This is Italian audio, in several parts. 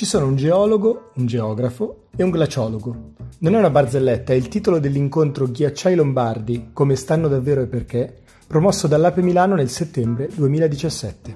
Ci sono un geologo, un geografo e un glaciologo. Non è una barzelletta, è il titolo dell'incontro Ghiacciai Lombardi, come stanno davvero e perché, promosso dall'Ape Milano nel settembre 2017.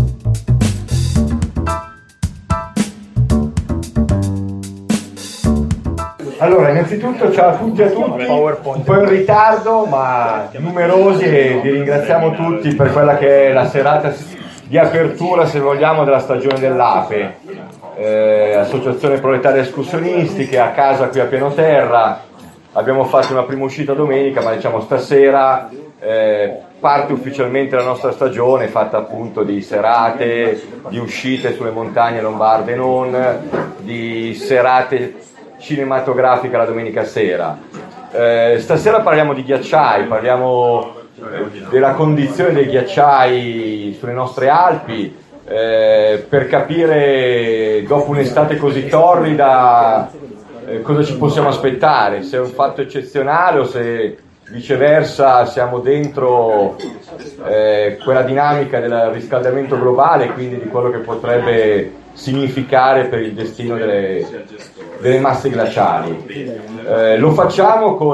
Allora, innanzitutto ciao a tutti e a tutti, un po' in ritardo ma numerosi, e vi ringraziamo tutti per quella che è la serata di apertura, se vogliamo, della stagione dell'Ape, Associazione Proletaria Escursionistica, a casa qui a piano terra. Abbiamo fatto una prima uscita domenica, ma diciamo stasera parte ufficialmente la nostra stagione, fatta appunto di serate, di uscite sulle montagne lombarde, non di serate cinematografica la domenica sera. Stasera parliamo di ghiacciai, parliamo della condizione dei ghiacciai sulle nostre Alpi, per capire dopo un'estate così torrida cosa ci possiamo aspettare, se è un fatto eccezionale o se viceversa siamo dentro quella dinamica del riscaldamento globale, quindi di quello che potrebbe significare per il destino delle masse glaciali. Lo facciamo con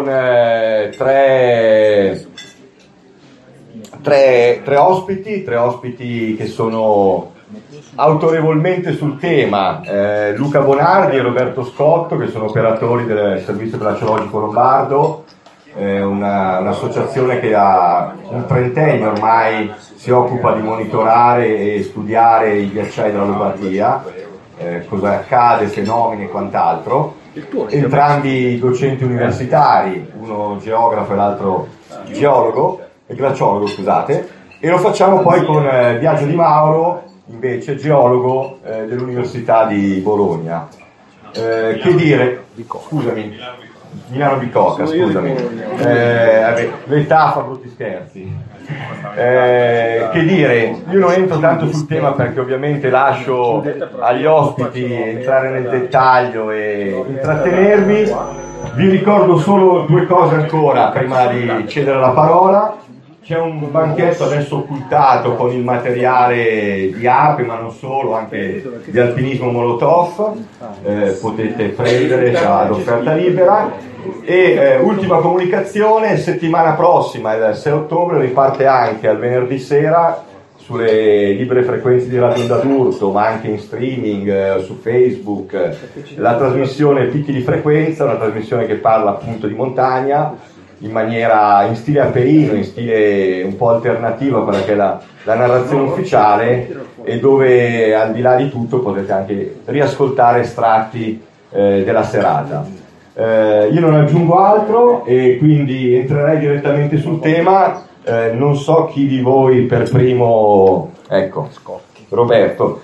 tre ospiti che sono autorevolmente sul tema, Luca Bonardi e Roberto Scotto, che sono operatori del Servizio Glaciologico Lombardo, un'associazione che da un trentennio ormai si occupa di monitorare e studiare i ghiacciai della Lombardia, cosa accade, fenomeni e quant'altro. Entrambi docenti universitari, uno geografo e l'altro glaciologo, scusate, e lo facciamo poi con Biagio Di Mauro, invece geologo dell'Università di Bologna. Che dire? Scusami. Milano Bicocca, scusami. L'età fa brutti scherzi. Che dire? Io non entro tanto sul tema perché ovviamente lascio agli ospiti entrare nel dettaglio e intrattenervi. Vi ricordo solo due cose ancora prima di cedere la parola. C'è un banchetto adesso occultato con il materiale di Ape, ma non solo, anche di alpinismo Molotov, potete prendere ad offerta libera. E ultima comunicazione, settimana prossima, il 6 ottobre, riparte anche al venerdì sera sulle libere frequenze di Radio Onda d'Urto, ma anche in streaming su Facebook, la trasmissione Picchi di Frequenza, una trasmissione che parla appunto di montagna, in stile aperino, in stile un po' alternativo a quella che è la narrazione ufficiale, e dove al di là di tutto potete anche riascoltare estratti della serata. Io non aggiungo altro e quindi entrerei direttamente sul tema. Non so chi di voi per primo, ecco, Roberto,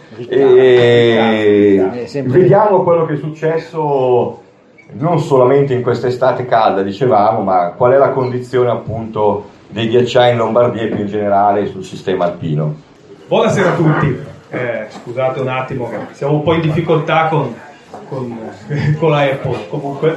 vediamo quello che è successo non solamente in quest'estate calda, dicevamo, ma qual è la condizione appunto dei ghiacciai in Lombardia e più in generale sul sistema alpino. Buonasera a tutti, scusate un attimo che siamo un po' in difficoltà con la Apple, comunque.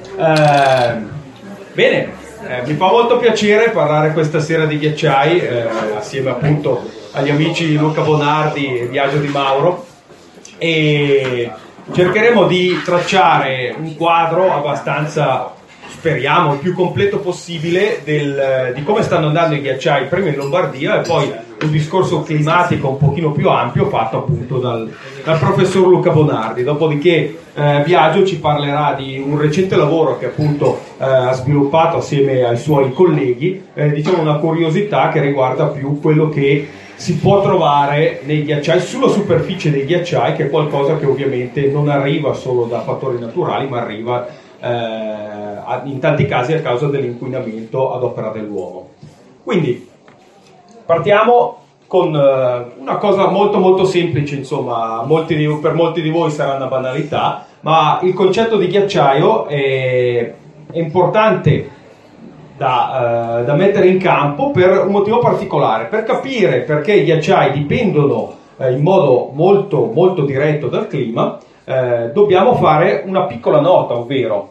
Bene, mi fa molto piacere parlare questa sera di ghiacciai assieme appunto agli amici Luca Bonardi e Biagio Di Mauro, e cercheremo di tracciare un quadro abbastanza, speriamo, il più completo possibile di come stanno andando i ghiacciai prima in Lombardia, e poi un discorso climatico un pochino più ampio fatto appunto dal professor Luca Bonardi. Dopodiché Biagio ci parlerà di un recente lavoro che appunto ha sviluppato assieme ai suoi colleghi, diciamo una curiosità che riguarda più quello che si può trovare nei ghiacciai, sulla superficie dei ghiacciai, che è qualcosa che ovviamente non arriva solo da fattori naturali, ma arriva in tanti casi a causa dell'inquinamento ad opera dell'uomo. Quindi partiamo con una cosa molto molto semplice, insomma, per molti di voi sarà una banalità, ma il concetto di ghiacciaio è importante da mettere in campo per un motivo particolare, per capire perché i ghiacciai dipendono in modo molto molto diretto dal clima. Dobbiamo fare una piccola nota, ovvero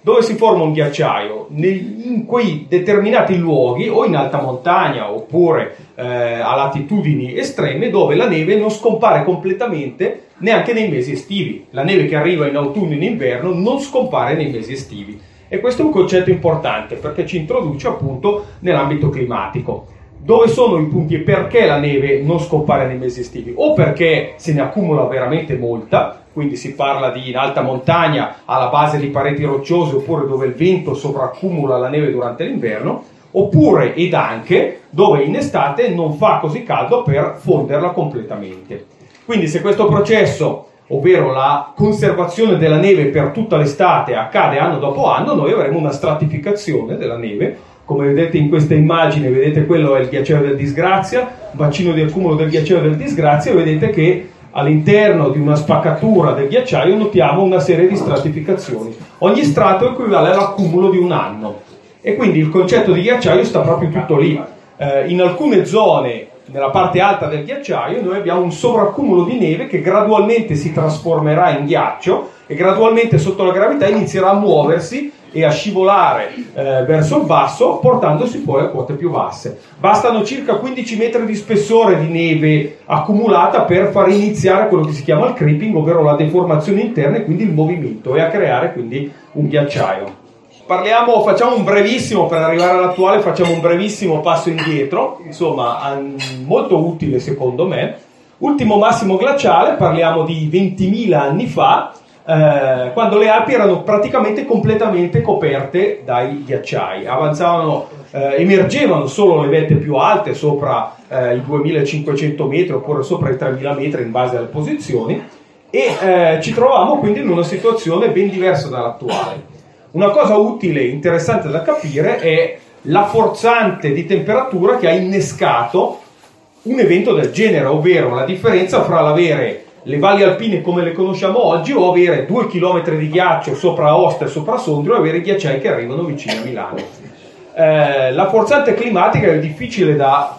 Dove si forma un ghiacciaio? In quei determinati luoghi, o in alta montagna oppure a latitudini estreme, dove la neve non scompare completamente neanche nei mesi estivi. La neve che arriva in autunno e in inverno non scompare nei mesi estivi. E questo è un concetto importante perché ci introduce appunto nell'ambito climatico. Dove sono i punti e perché la neve non scompare nei mesi estivi? O perché se ne accumula veramente molta, quindi si parla di in alta montagna alla base di pareti rocciose, oppure dove il vento sovraccumula la neve durante l'inverno, oppure ed anche dove in estate non fa così caldo per fonderla completamente. Quindi se questo processo, ovvero la conservazione della neve per tutta l'estate, accade anno dopo anno, noi avremo una stratificazione della neve. Come vedete in questa immagine, vedete quello è il ghiacciaio del Disgrazia, bacino di accumulo del ghiacciaio del Disgrazia, e vedete che all'interno di una spaccatura del ghiacciaio notiamo una serie di stratificazioni. Ogni strato equivale all'accumulo di un anno e quindi il concetto di ghiacciaio sta proprio tutto lì. In alcune zone, nella parte alta del ghiacciaio, noi abbiamo un sovraccumulo di neve che gradualmente si trasformerà in ghiaccio e gradualmente sotto la gravità inizierà a muoversi e a scivolare verso il basso, portandosi poi a quote più basse. Bastano circa 15 metri di spessore di neve accumulata per far iniziare quello che si chiama il creeping, ovvero la deformazione interna e quindi il movimento, e a creare quindi un ghiacciaio. Facciamo un brevissimo, per arrivare all'attuale, facciamo un brevissimo passo indietro, insomma, molto utile secondo me. Ultimo massimo glaciale, parliamo di 20.000 anni fa, quando le Alpi erano praticamente completamente coperte dai ghiacciai. Emergevano solo le vette più alte, sopra i 2500 metri oppure sopra i 3000 metri in base alle posizioni, e ci trovavamo quindi in una situazione ben diversa dall'attuale. Una cosa utile e interessante da capire è la forzante di temperatura che ha innescato un evento del genere, ovvero la differenza fra l'avere le valli alpine come le conosciamo oggi o avere 2 chilometri di ghiaccio sopra Aosta e sopra Sondrio e avere i ghiacciai che arrivano vicino a Milano. La forzante climatica è difficile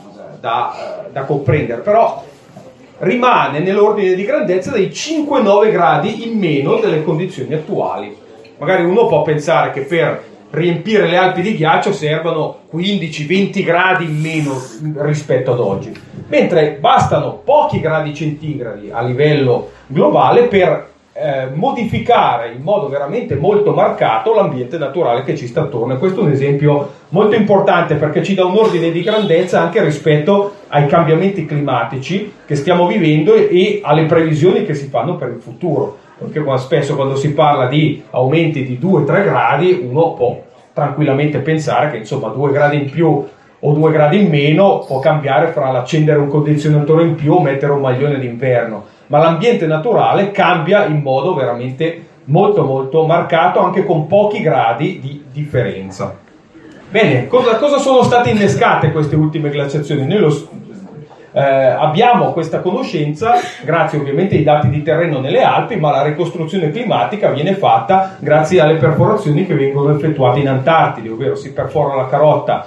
da comprendere, però rimane nell'ordine di grandezza dei 5-9 gradi in meno delle condizioni attuali. Magari uno può pensare che per riempire le Alpi di ghiaccio servano 15-20 gradi in meno rispetto ad oggi, mentre bastano pochi gradi centigradi a livello globale per modificare in modo veramente molto marcato l'ambiente naturale che ci sta attorno. E questo è un esempio molto importante perché ci dà un ordine di grandezza anche rispetto ai cambiamenti climatici che stiamo vivendo e alle previsioni che si fanno per il futuro. Perché spesso quando si parla di aumenti di 2-3 gradi uno può tranquillamente pensare che insomma 2 gradi in più o 2 gradi in meno può cambiare fra l'accendere un condizionatore in più o mettere un maglione d'inverno, ma l'ambiente naturale cambia in modo veramente molto molto marcato, anche con pochi gradi di differenza. Bene, cosa sono state innescate queste ultime glaciazioni? Noi abbiamo questa conoscenza grazie ovviamente ai dati di terreno nelle Alpi, ma la ricostruzione climatica viene fatta grazie alle perforazioni che vengono effettuate in Antartide, ovvero si perfora la carotta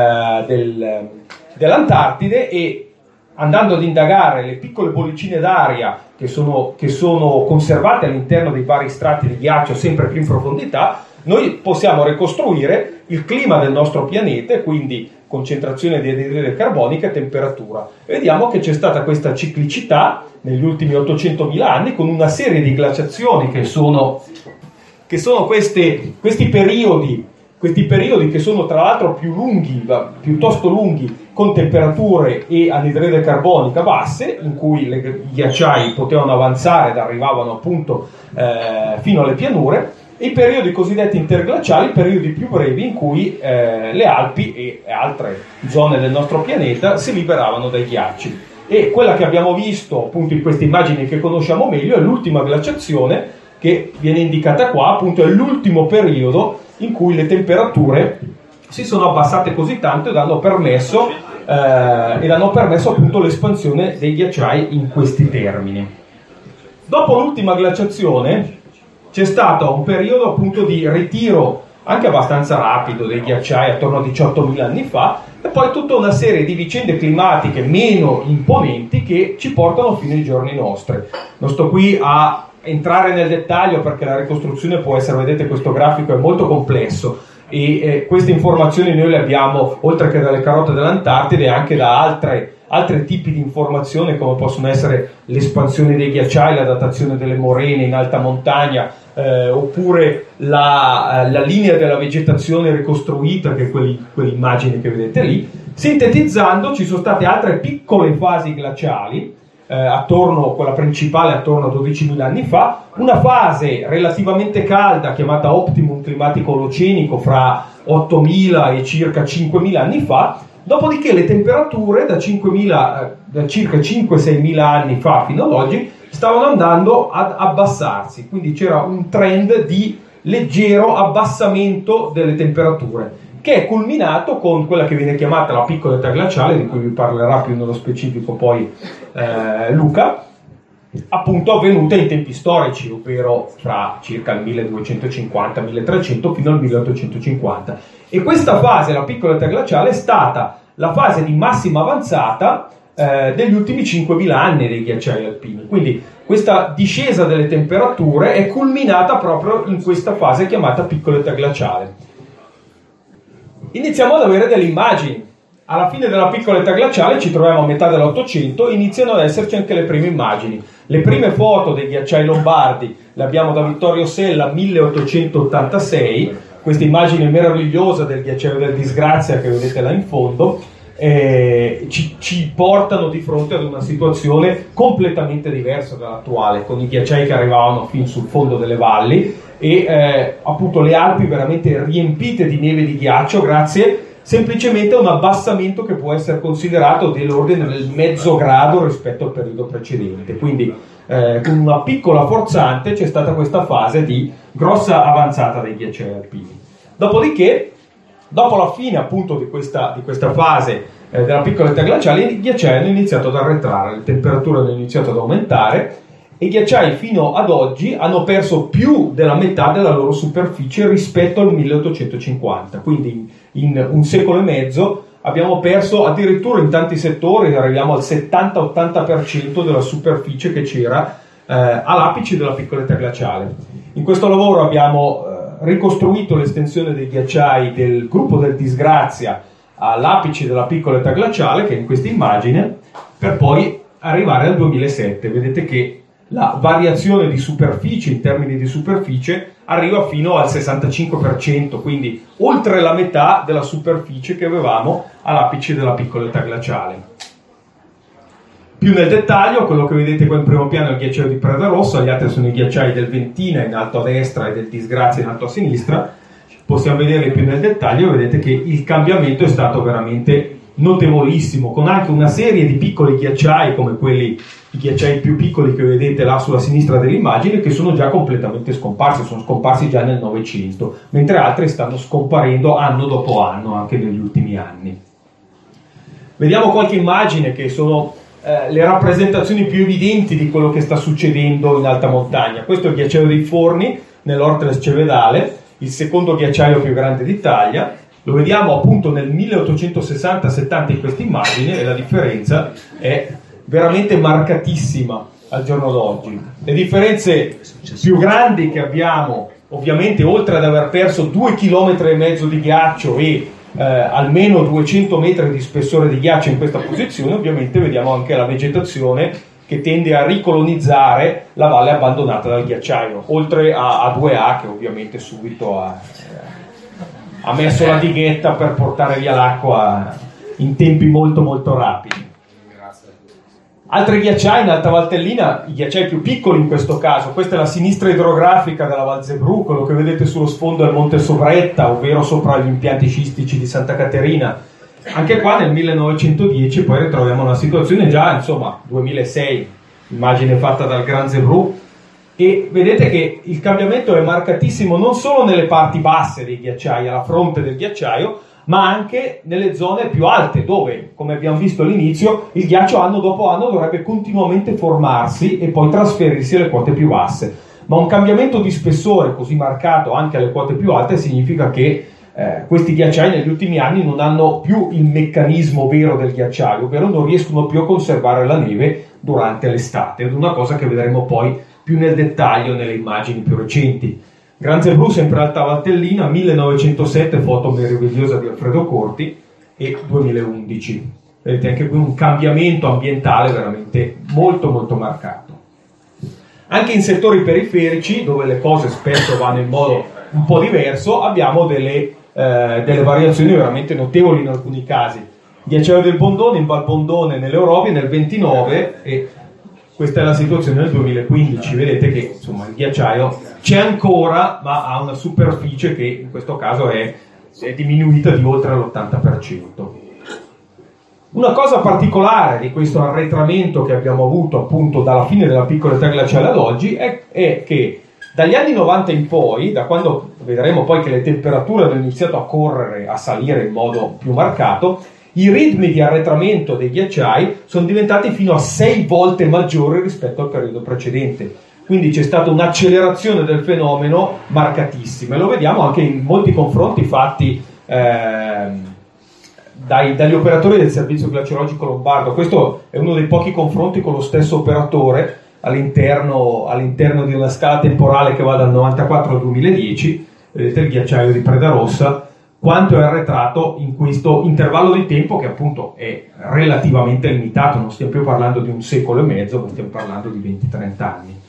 dell'Antartide e andando ad indagare le piccole bollicine d'aria che sono conservate all'interno dei vari strati di ghiaccio sempre più in profondità, noi possiamo ricostruire il clima del nostro pianeta, quindi concentrazione di anidride carbonica e temperatura. Vediamo che c'è stata questa ciclicità negli ultimi 800.000 anni con una serie di glaciazioni che sono questi periodi che sono tra l'altro piuttosto lunghi, con temperature e anidride carbonica basse, in cui i ghiacciai potevano avanzare ed arrivavano appunto fino alle pianure, e i periodi cosiddetti interglaciali, periodi più brevi in cui le Alpi e altre zone del nostro pianeta si liberavano dai ghiacci. E quella che abbiamo visto appunto in queste immagini che conosciamo meglio è l'ultima glaciazione che viene indicata qua, appunto è l'ultimo periodo in cui le temperature si sono abbassate così tanto ed hanno permesso appunto l'espansione dei ghiacciai in questi termini. Dopo l'ultima glaciazione c'è stato un periodo appunto di ritiro anche abbastanza rapido dei ghiacciai attorno a 18.000 anni fa, e poi tutta una serie di vicende climatiche meno imponenti che ci portano fino ai giorni nostri. Non sto qui a entrare nel dettaglio perché la ricostruzione può essere, vedete questo grafico è molto complesso e queste informazioni noi le abbiamo oltre che dalle carote dell'Antartide anche da altri tipi di informazioni come possono essere l'espansione dei ghiacciai, la datazione delle morene in alta montagna, oppure la linea della vegetazione ricostruita, che è quell'immagine che vedete lì. Sintetizzando, ci sono state altre piccole fasi glaciali, quella principale attorno a 12.000 anni fa, una fase relativamente calda chiamata optimum climatico olocenico fra 8.000 e circa 5.000 anni fa, dopodiché le temperature da circa 5-6.000 anni fa fino ad oggi stavano andando ad abbassarsi, quindi c'era un trend di leggero abbassamento delle temperature, che è culminato con quella che viene chiamata la piccola età glaciale, di cui vi parlerà più nello specifico poi Luca, appunto avvenuta in tempi storici, ovvero fra circa il 1250-1300 fino al 1850. E questa fase, la piccola età glaciale, è stata la fase di massima avanzata degli ultimi 5.000 anni dei ghiacciai alpini. Quindi questa discesa delle temperature è culminata proprio in questa fase chiamata piccola età glaciale. Iniziamo ad avere delle immagini. Alla fine della piccola età glaciale, ci troviamo a metà dell'Ottocento, iniziano ad esserci anche le prime immagini. Le prime foto dei ghiacciai lombardi le abbiamo da Vittorio Sella 1886, questa immagine meravigliosa del ghiacciaio del Disgrazia che vedete là in fondo, ci portano di fronte ad una situazione completamente diversa dall'attuale, con i ghiacciai che arrivavano fin sul fondo delle valli e appunto le Alpi veramente riempite di neve e di ghiaccio grazie semplicemente a un abbassamento che può essere considerato dell'ordine del mezzo grado rispetto al periodo precedente. Quindi con una piccola forzante c'è stata questa fase di grossa avanzata dei ghiacciai alpini. Dopodiché, dopo la fine appunto di questa fase della piccola età glaciale, i ghiacciai hanno iniziato ad arretrare, le temperature hanno iniziato ad aumentare e i ghiacciai fino ad oggi hanno perso più della metà della loro superficie rispetto al 1850. Quindi in un secolo e mezzo abbiamo perso addirittura in tanti settori, arriviamo al 70-80% della superficie che c'era all'apice della piccola età glaciale. In questo lavoro abbiamo ricostruito l'estensione dei ghiacciai del gruppo del Disgrazia all'apice della piccola età glaciale, che è in questa immagine, per poi arrivare al 2007. Vedete che la variazione di superficie in termini di superficie arriva fino al 65%, quindi oltre la metà della superficie che avevamo all'apice della piccola età glaciale. Più nel dettaglio, quello che vedete qua in primo piano è il ghiacciaio di Preda Rossa, gli altri sono i ghiacciai del Ventina in alto a destra e del Disgrazia in alto a sinistra. Possiamo vederli più nel dettaglio, vedete che il cambiamento è stato veramente notevolissimo, con anche una serie di piccoli ghiacciai come i ghiacciai più piccoli che vedete là sulla sinistra dell'immagine, che sono già completamente scomparsi, sono scomparsi già nel Novecento, mentre altri stanno scomparendo anno dopo anno anche negli ultimi anni. Vediamo qualche immagine che sono le rappresentazioni più evidenti di quello che sta succedendo in alta montagna. Questo è il ghiacciaio dei Forni nell'Ortles Cevedale, il secondo ghiacciaio più grande d'Italia. Lo vediamo appunto nel 1860-70 in questa immagine e la differenza è veramente marcatissima al giorno d'oggi. Le differenze più grandi che abbiamo, ovviamente, oltre ad aver perso 2,5 km di ghiaccio e almeno 200 metri di spessore di ghiaccio in questa posizione, ovviamente vediamo anche la vegetazione che tende a ricolonizzare la valle abbandonata dal ghiacciaio, oltre a 2A che ovviamente subito ha messo la dighetta per portare via l'acqua in tempi molto molto rapidi. Altri ghiacciai in Alta Valtellina, i ghiacciai più piccoli in questo caso, questa è la sinistra idrografica della Val Zebrù, quello che vedete sullo sfondo è il Monte Sovretta, ovvero sopra gli impianti scistici di Santa Caterina. Anche qua nel 1910 poi ritroviamo una situazione già, insomma, 2006, immagine fatta dal Gran Zebrù, e vedete che il cambiamento è marcatissimo non solo nelle parti basse dei ghiacciai, alla fronte del ghiacciaio, ma anche nelle zone più alte, dove, come abbiamo visto all'inizio, il ghiaccio anno dopo anno dovrebbe continuamente formarsi e poi trasferirsi alle quote più basse. Ma un cambiamento di spessore così marcato anche alle quote più alte significa che questi ghiacciai negli ultimi anni non hanno più il meccanismo vero del ghiacciaio, ovvero non riescono più a conservare la neve durante l'estate, ed è una cosa che vedremo poi più nel dettaglio nelle immagini più recenti. Granze Blu, sempre Alta Valtellina, 1907, foto meravigliosa di Alfredo Corti, e 2011. Vedete anche qui un cambiamento ambientale veramente molto molto marcato. Anche in settori periferici, dove le cose spesso vanno in modo un po' diverso, abbiamo delle variazioni veramente notevoli in alcuni casi. Ghiacciaio del Bondone in Val Bondone nelle Orobie nel 29, e questa è la situazione nel 2015. Vedete che insomma il ghiacciaio c'è ancora, ma ha una superficie che in questo caso è diminuita di oltre l'80%. Una cosa particolare di questo arretramento che abbiamo avuto appunto dalla fine della piccola età glaciale ad oggi è che dagli anni 90 in poi, da quando vedremo poi che le temperature hanno iniziato a correre, a salire in modo più marcato, i ritmi di arretramento dei ghiacciai sono diventati fino a 6 volte maggiori rispetto al periodo precedente. Quindi c'è stata un'accelerazione del fenomeno marcatissima, e lo vediamo anche in molti confronti fatti dagli operatori del servizio glaciologico lombardo. Questo è uno dei pochi confronti con lo stesso operatore all'interno di una scala temporale che va dal 94 al 2010. Vedete il ghiacciaio di Preda Rossa, quanto è arretrato in questo intervallo di tempo che appunto è relativamente limitato. Non stiamo più parlando di un secolo e mezzo, ma stiamo parlando di 20-30 anni.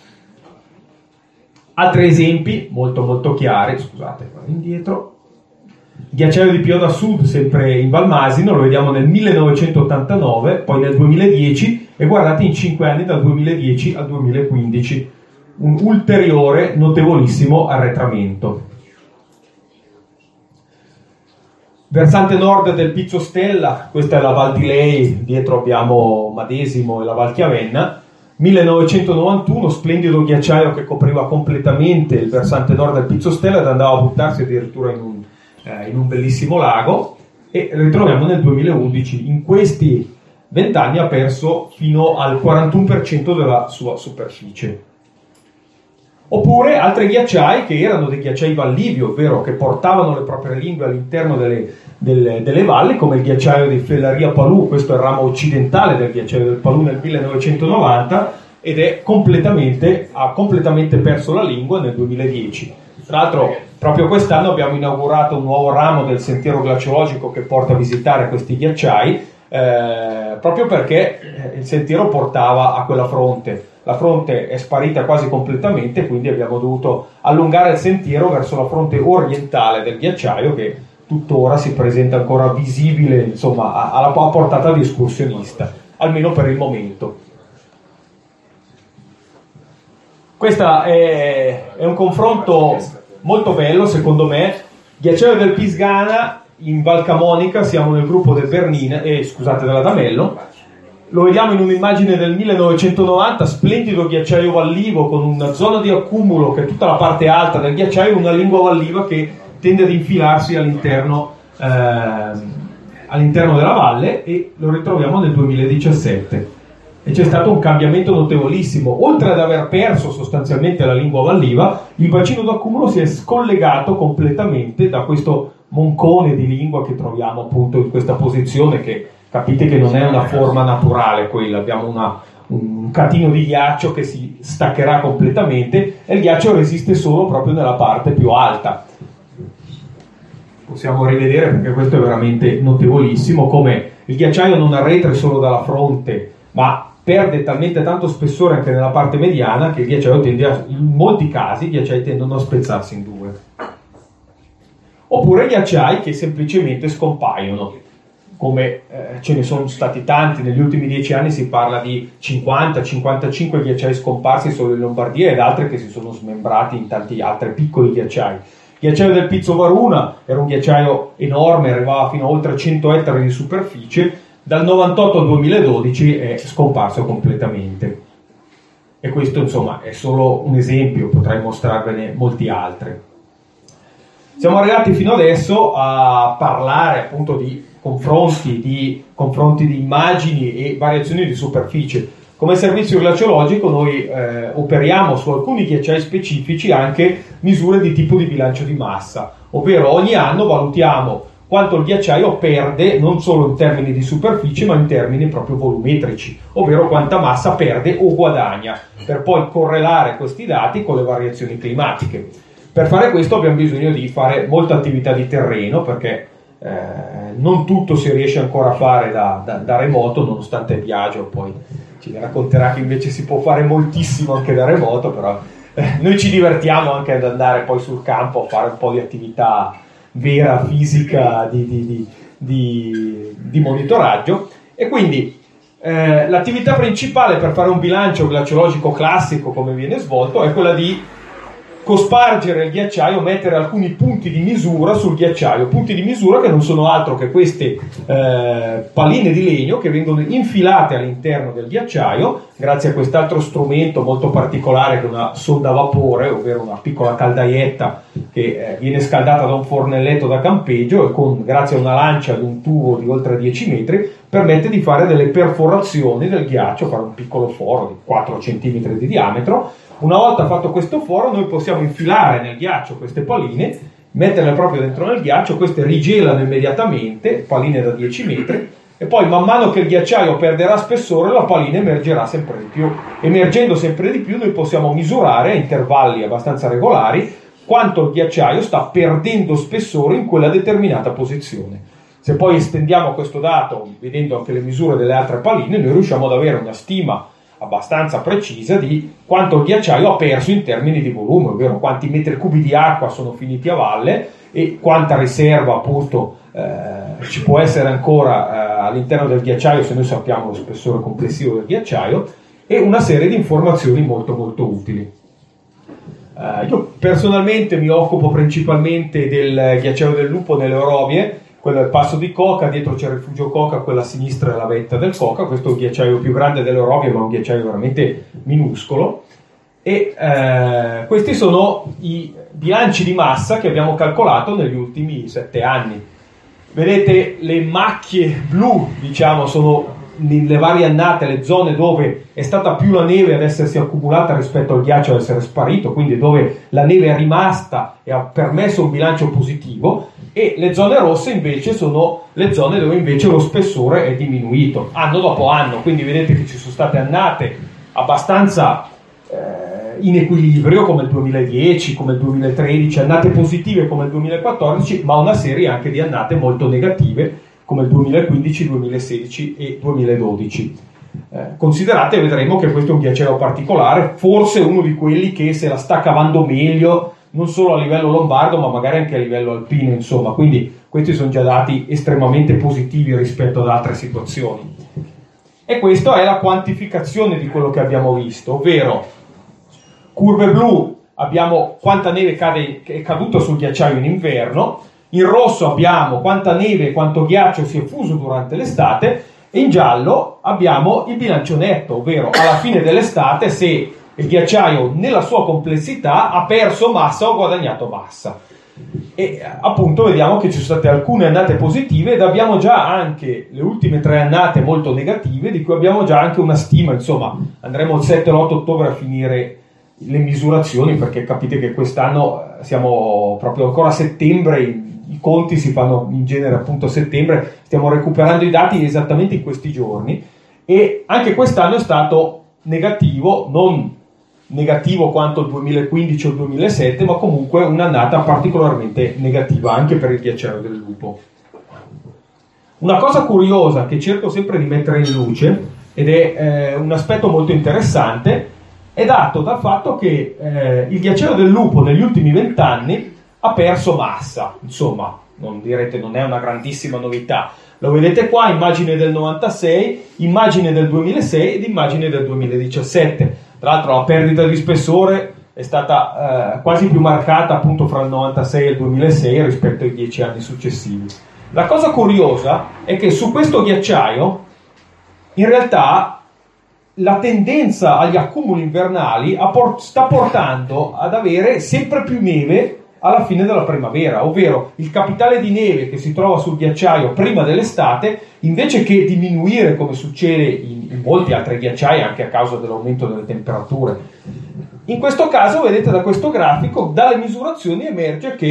Altri esempi molto molto chiari, scusate, vado indietro. Il ghiacciaio di Pioda Sud, sempre in Val Masino, lo vediamo nel 1989, poi nel 2010, e guardate in 5 anni dal 2010 al 2015, un ulteriore notevolissimo arretramento. Versante nord del Pizzo Stella, questa è la Val di Lei, dietro abbiamo Madesimo e la Val Chiavenna, 1991, splendido ghiacciaio che copriva completamente il versante nord del Pizzo Stella ed andava a buttarsi addirittura in un bellissimo lago, e ritroviamo nel 2011. In questi 20 anni ha perso fino al 41% della sua superficie. Oppure altri ghiacciai che erano dei ghiacciai vallivi, ovvero che portavano le proprie lingue all'interno delle valli, come il ghiacciaio di Fellaria Palù. Questo è il ramo occidentale del ghiacciaio del Palù nel 1990, ed ha completamente perso la lingua nel 2010. Tra l'altro proprio quest'anno abbiamo inaugurato un nuovo ramo del sentiero glaciologico che porta a visitare questi ghiacciai, proprio perché il sentiero portava a quella fronte. La fronte è sparita quasi completamente, quindi abbiamo dovuto allungare il sentiero verso la fronte orientale del ghiacciaio, che tuttora si presenta ancora visibile, insomma, alla portata di escursionista, almeno per il momento. Questo è un confronto molto bello, secondo me. Ghiacciaio del Pisgana in Val Camonica, siamo nel gruppo del Bernina, dell'Adamello. Lo vediamo in un'immagine del 1990, splendido ghiacciaio vallivo con una zona di accumulo che è tutta la parte alta del ghiacciaio, una lingua valliva che tende ad infilarsi all'interno della valle, e lo ritroviamo nel 2017. E c'è stato un cambiamento notevolissimo. Oltre ad aver perso sostanzialmente la lingua valliva, il bacino d'accumulo si è scollegato completamente da questo moncone di lingua che troviamo appunto in questa posizione, che capite che non è una forma naturale quella. Abbiamo un catino di ghiaccio che si staccherà completamente, e il ghiaccio resiste solo proprio nella parte più alta. Possiamo rivedere, perché questo è veramente notevolissimo, come il ghiacciaio non arretra solo dalla fronte, ma perde talmente tanto spessore anche nella parte mediana che il ghiacciaio in molti casi i ghiacciai tendono a spezzarsi in due. Oppure ghiacciai che semplicemente scompaiono, come ce ne sono stati tanti. Negli ultimi 10 anni si parla di 50-55 ghiacciai scomparsi solo in Lombardia, ed altri che si sono smembrati in tanti altri piccoli ghiacciai. Il ghiacciaio del Pizzo Varuna era un ghiacciaio enorme, arrivava fino a oltre 100 ettari di superficie. Dal 98 al 2012 è scomparso completamente. E questo insomma è solo un esempio, potrei mostrarvene molti altri. Siamo arrivati fino adesso a parlare appunto di confronti di immagini e variazioni di superficie. Come servizio glaciologico noi operiamo su alcuni ghiacciai specifici anche misure di tipo di bilancio di massa, ovvero ogni anno valutiamo quanto il ghiacciaio perde non solo in termini di superficie ma in termini proprio volumetrici, ovvero quanta massa perde o guadagna, per poi correlare questi dati con le variazioni climatiche. Per fare questo abbiamo bisogno di fare molta attività di terreno, perché non tutto si riesce ancora a fare da remoto, nonostante Biagio poi ci racconterà che invece si può fare moltissimo anche da remoto, però noi ci divertiamo anche ad andare poi sul campo a fare un po' di attività vera, fisica, di monitoraggio. E quindi l'attività principale per fare un bilancio glaciologico classico, come viene svolto, è quella di cospargere il ghiacciaio, mettere alcuni punti di misura sul ghiacciaio, punti di misura che non sono altro che queste paline di legno che vengono infilate all'interno del ghiacciaio grazie a quest'altro strumento molto particolare che è una sonda a vapore, ovvero una piccola caldaietta che viene scaldata da un fornelletto da campeggio e grazie a una lancia di un tubo di oltre 10 metri permette di fare delle perforazioni del ghiaccio, fare un piccolo foro di 4 cm di diametro. Una volta fatto questo foro noi possiamo infilare nel ghiaccio queste paline, metterle proprio dentro nel ghiaccio, queste rigelano immediatamente, paline da 10 metri, e poi man mano che il ghiacciaio perderà spessore la palina emergerà sempre di più. Emergendo sempre di più noi possiamo misurare a intervalli abbastanza regolari quanto il ghiacciaio sta perdendo spessore in quella determinata posizione. Se poi estendiamo questo dato vedendo anche le misure delle altre paline, noi riusciamo ad avere una stima abbastanza precisa di quanto il ghiacciaio ha perso in termini di volume, ovvero quanti metri cubi di acqua sono finiti a valle e quanta riserva appunto ci può essere ancora all'interno del ghiacciaio se noi sappiamo lo spessore complessivo del ghiacciaio, e una serie di informazioni molto molto utili. Io personalmente mi occupo principalmente del ghiacciaio del Lupo nelle Orobie. Quello è il passo di Coca, dietro c'è il rifugio Coca, quella a sinistra è la vetta del Coca. Questo è il ghiacciaio più grande delle Orobie, ma è un ghiacciaio veramente minuscolo. E questi sono i bilanci di massa che abbiamo calcolato negli ultimi 7 anni. Vedete le macchie blu, diciamo, sono nelle varie annate le zone dove è stata più la neve ad essersi accumulata rispetto al ghiaccio ad essere sparito, quindi dove la neve è rimasta e ha permesso un bilancio positivo, e le zone rosse invece sono le zone dove invece lo spessore è diminuito anno dopo anno. Quindi vedete che ci sono state annate abbastanza in equilibrio come il 2010, come il 2013, annate positive come il 2014, ma una serie anche di annate molto negative come il 2015, 2016 e 2012. Considerate, vedremo che questo è un ghiacciaio particolare, forse uno di quelli che se la sta cavando meglio non solo a livello lombardo ma magari anche a livello alpino, insomma, quindi questi sono già dati estremamente positivi rispetto ad altre situazioni. E questa è la quantificazione di quello che abbiamo visto, ovvero curve blu abbiamo quanta neve è caduta sul ghiacciaio in inverno, in rosso abbiamo quanta neve e quanto ghiaccio si è fuso durante l'estate, e in giallo abbiamo il bilancio netto, ovvero alla fine dell'estate se il ghiacciaio nella sua complessità ha perso massa o guadagnato massa. E appunto vediamo che ci sono state alcune annate positive ed abbiamo già anche le ultime 3 annate molto negative, di cui abbiamo già anche una stima. Insomma, andremo il 7 e l'8 ottobre a finire le misurazioni, perché capite che quest'anno siamo proprio ancora a settembre, i conti si fanno in genere appunto a settembre, stiamo recuperando i dati esattamente in questi giorni, e anche quest'anno è stato negativo, non negativo quanto il 2015 o il 2007, ma comunque un'annata particolarmente negativa anche per il ghiacciaio del Lupo. Una cosa curiosa che cerco sempre di mettere in luce, ed è un aspetto molto interessante, è dato dal fatto che il ghiacciaio del Lupo negli ultimi 20 anni ha perso massa. Insomma, non direte, non è una grandissima novità. Lo vedete qua, immagine del 96, immagine del 2006 ed immagine del 2017. Tra l'altro la perdita di spessore è stata quasi più marcata appunto fra il 96 e il 2006 rispetto ai 10 anni successivi. La cosa curiosa è che su questo ghiacciaio in realtà la tendenza agli accumuli invernali sta portando ad avere sempre più neve alla fine della primavera, ovvero il capitale di neve che si trova sul ghiacciaio prima dell'estate, invece che diminuire come succede in molti altri ghiacciai anche a causa dell'aumento delle temperature. In questo caso, vedete da questo grafico, dalle misurazioni emerge che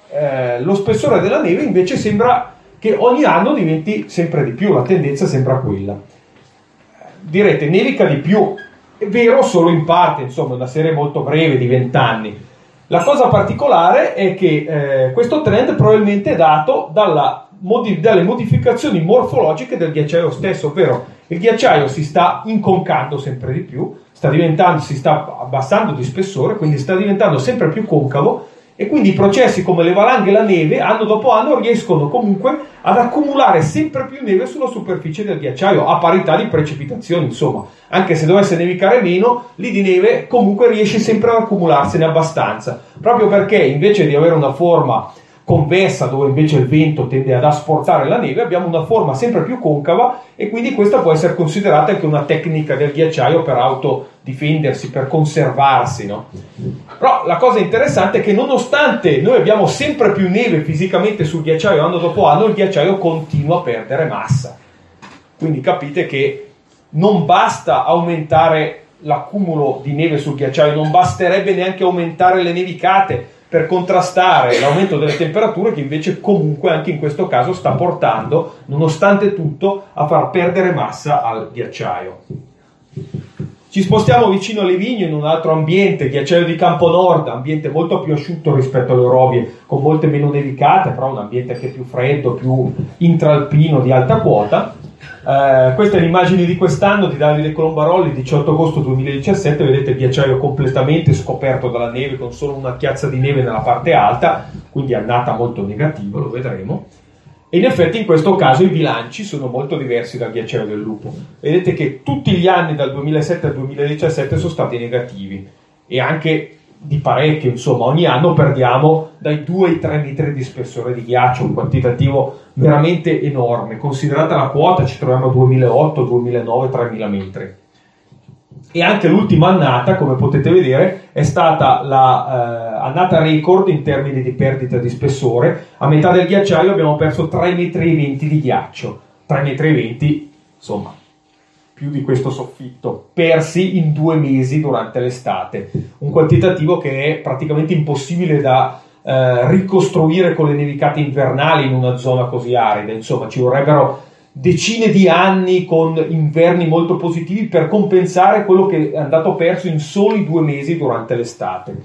lo spessore della neve invece sembra che ogni anno diventi sempre di più, la tendenza sembra quella. Direte, nevica di più, è vero solo in parte, insomma, una serie molto breve di 20 anni. La cosa particolare è che questo trend probabilmente è dato dalle modificazioni morfologiche del ghiacciaio stesso, ovvero il ghiacciaio si sta inconcando sempre di più, si sta abbassando di spessore, quindi sta diventando sempre più concavo, e quindi i processi come le valanghe e la neve anno dopo anno riescono comunque ad accumulare sempre più neve sulla superficie del ghiacciaio a parità di precipitazioni, insomma, anche se dovesse nevicare meno, lì di neve comunque riesce sempre ad accumularsene abbastanza, proprio perché invece di avere una forma convessa, dove invece il vento tende ad asportare la neve, abbiamo una forma sempre più concava, e quindi questa può essere considerata anche una tecnica del ghiacciaio per autodifendersi, per conservarsi, no? Però la cosa interessante è che nonostante noi abbiamo sempre più neve fisicamente sul ghiacciaio anno dopo anno, il ghiacciaio continua a perdere massa. Quindi capite che non basta aumentare l'accumulo di neve sul ghiacciaio, non basterebbe neanche aumentare le nevicate per contrastare l'aumento delle temperature, che invece comunque anche in questo caso sta portando, nonostante tutto, a far perdere massa al ghiacciaio. Ci spostiamo vicino alle vigne in un altro ambiente, ghiacciaio di Campo Nord, ambiente molto più asciutto rispetto alle Orovie, con molte meno nevicate, però un ambiente anche più freddo, più intralpino, di alta quota. Questa è l'immagine di quest'anno di Davide Colombarolli, 18 agosto 2017. Vedete il ghiacciaio completamente scoperto dalla neve, con solo una chiazza di neve nella parte alta, quindi annata molto negativa, lo vedremo. E in effetti in questo caso i bilanci sono molto diversi dal ghiacciaio del Lupo. Vedete che tutti gli anni dal 2007 al 2017 sono stati negativi, e anche di parecchio, insomma, ogni anno perdiamo dai 2 ai 3 metri di spessore di ghiaccio, un quantitativo veramente enorme. Considerata la quota, ci troviamo a 2008, 2009, 3000 metri. E anche l'ultima annata, come potete vedere, è stata la annata record in termini di perdita di spessore. A metà del ghiacciaio abbiamo perso 3,20 metri di ghiaccio. 3,20 metri, insomma, più di questo soffitto, persi in 2 mesi durante l'estate. Un quantitativo che è praticamente impossibile da ricostruire con le nevicate invernali in una zona così arida. Insomma, ci vorrebbero decine di anni con inverni molto positivi per compensare quello che è andato perso in soli 2 mesi durante l'estate.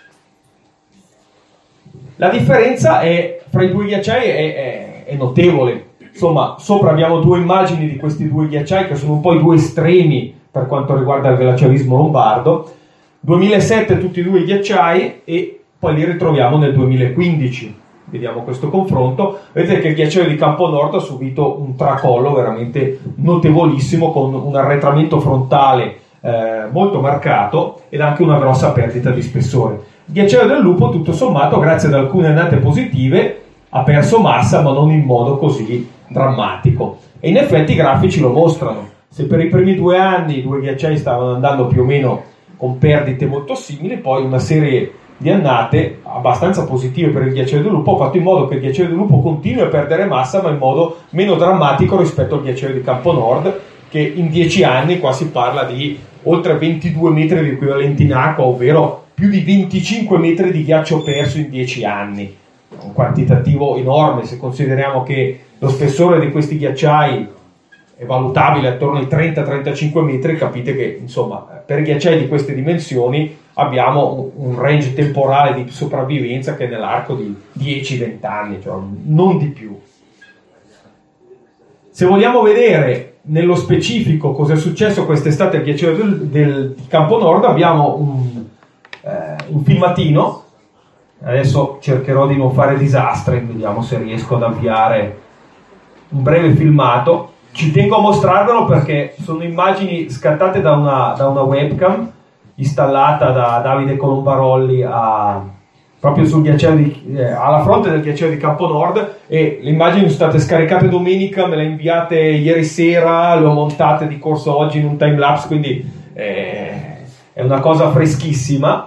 La differenza fra i due ghiacciai è notevole. Insomma, sopra abbiamo 2 immagini di questi 2 ghiacciai, che sono un po' i 2 estremi per quanto riguarda il glacialismo lombardo. 2007 tutti e 2 i ghiacciai, e poi li ritroviamo nel 2015. Vediamo questo confronto. Vedete che il ghiacciaio di Campo Nord ha subito un tracollo veramente notevolissimo, con un arretramento frontale molto marcato, ed anche una grossa perdita di spessore. Il ghiacciaio del Lupo, tutto sommato, grazie ad alcune annate positive, ha perso massa, ma non in modo così drammatico. E in effetti i grafici lo mostrano. Se per i primi 2 anni i 2 ghiacciai stavano andando più o meno con perdite molto simili, poi una serie di annate abbastanza positive per il ghiacciaio del Lupo ha fatto in modo che il ghiacciaio del Lupo continui a perdere massa, ma in modo meno drammatico rispetto al ghiacciaio di Campo Nord, che in 10 anni qua si parla di oltre 22 metri di equivalenti in acqua, ovvero più di 25 metri di ghiaccio perso in 10 anni. Un quantitativo enorme, se consideriamo che lo spessore di questi ghiacciai è valutabile attorno ai 30-35 metri. Capite che, insomma, per ghiacciai di queste dimensioni abbiamo un range temporale di sopravvivenza che è nell'arco di 10-20 anni, cioè non di più. Se vogliamo vedere nello specifico cosa è successo quest'estate al ghiacciaio del Campo Nord, abbiamo un filmatino. Adesso cercherò di non fare disastri, vediamo se riesco ad avviare un breve filmato. Ci tengo a mostrarvelo perché sono immagini scattate da una webcam installata da Davide Colombarolli proprio sul ghiacciaio alla fronte del ghiacciaio di Campo Nord, e le immagini sono state scaricate domenica, me le inviate ieri sera, le ho montate di corso oggi in un timelapse, quindi è una cosa freschissima.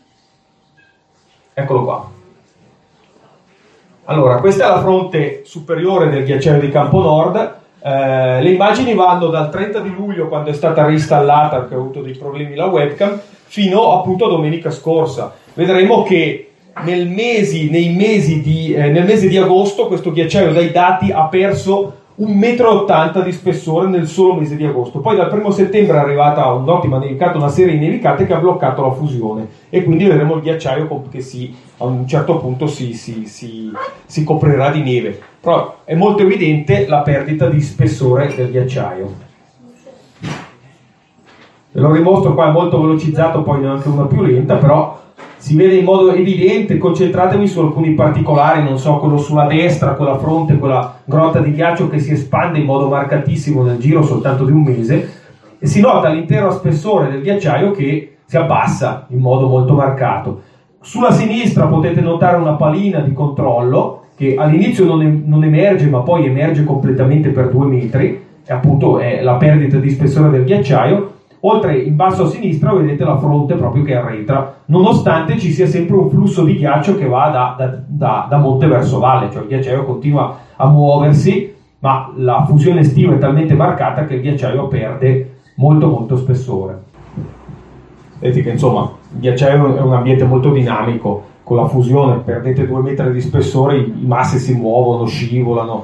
Eccolo qua. Allora, questa è la fronte superiore del ghiacciaio di Campo Nord. Le immagini vanno dal 30 di luglio, quando è stata reinstallata perché ho avuto dei problemi la webcam, fino appunto a domenica scorsa. Vedremo che nel mese di agosto questo ghiacciaio dai dati ha perso 1,80 m di spessore nel solo mese di agosto. Poi dal 1 settembre è arrivata un'ottima nevicata, una serie di nevicate che ha bloccato la fusione, e quindi vedremo il ghiacciaio che a un certo punto si coprirà di neve. Però è molto evidente la perdita di spessore del ghiacciaio. Ve lo dimostro qua, è molto velocizzato, poi neanche una più lenta, però si vede in modo evidente. Concentratevi su alcuni particolari, non so, quello sulla destra, quella fronte, quella grotta di ghiaccio che si espande in modo marcatissimo nel giro soltanto di un mese, e si nota l'intero spessore del ghiacciaio che si abbassa in modo molto marcato. Sulla sinistra potete notare una palina di controllo che all'inizio non emerge, ma poi emerge completamente per 2 metri, e appunto è la perdita di spessore del ghiacciaio. Oltre, in basso a sinistra vedete la fronte proprio che arretra, nonostante ci sia sempre un flusso di ghiaccio che va da monte verso valle, cioè il ghiacciaio continua a muoversi, ma la fusione estiva è talmente marcata che il ghiacciaio perde molto molto spessore. Vedete che insomma il ghiacciaio è un ambiente molto dinamico, con la fusione perdete 2 metri di spessore, i massi si muovono, scivolano,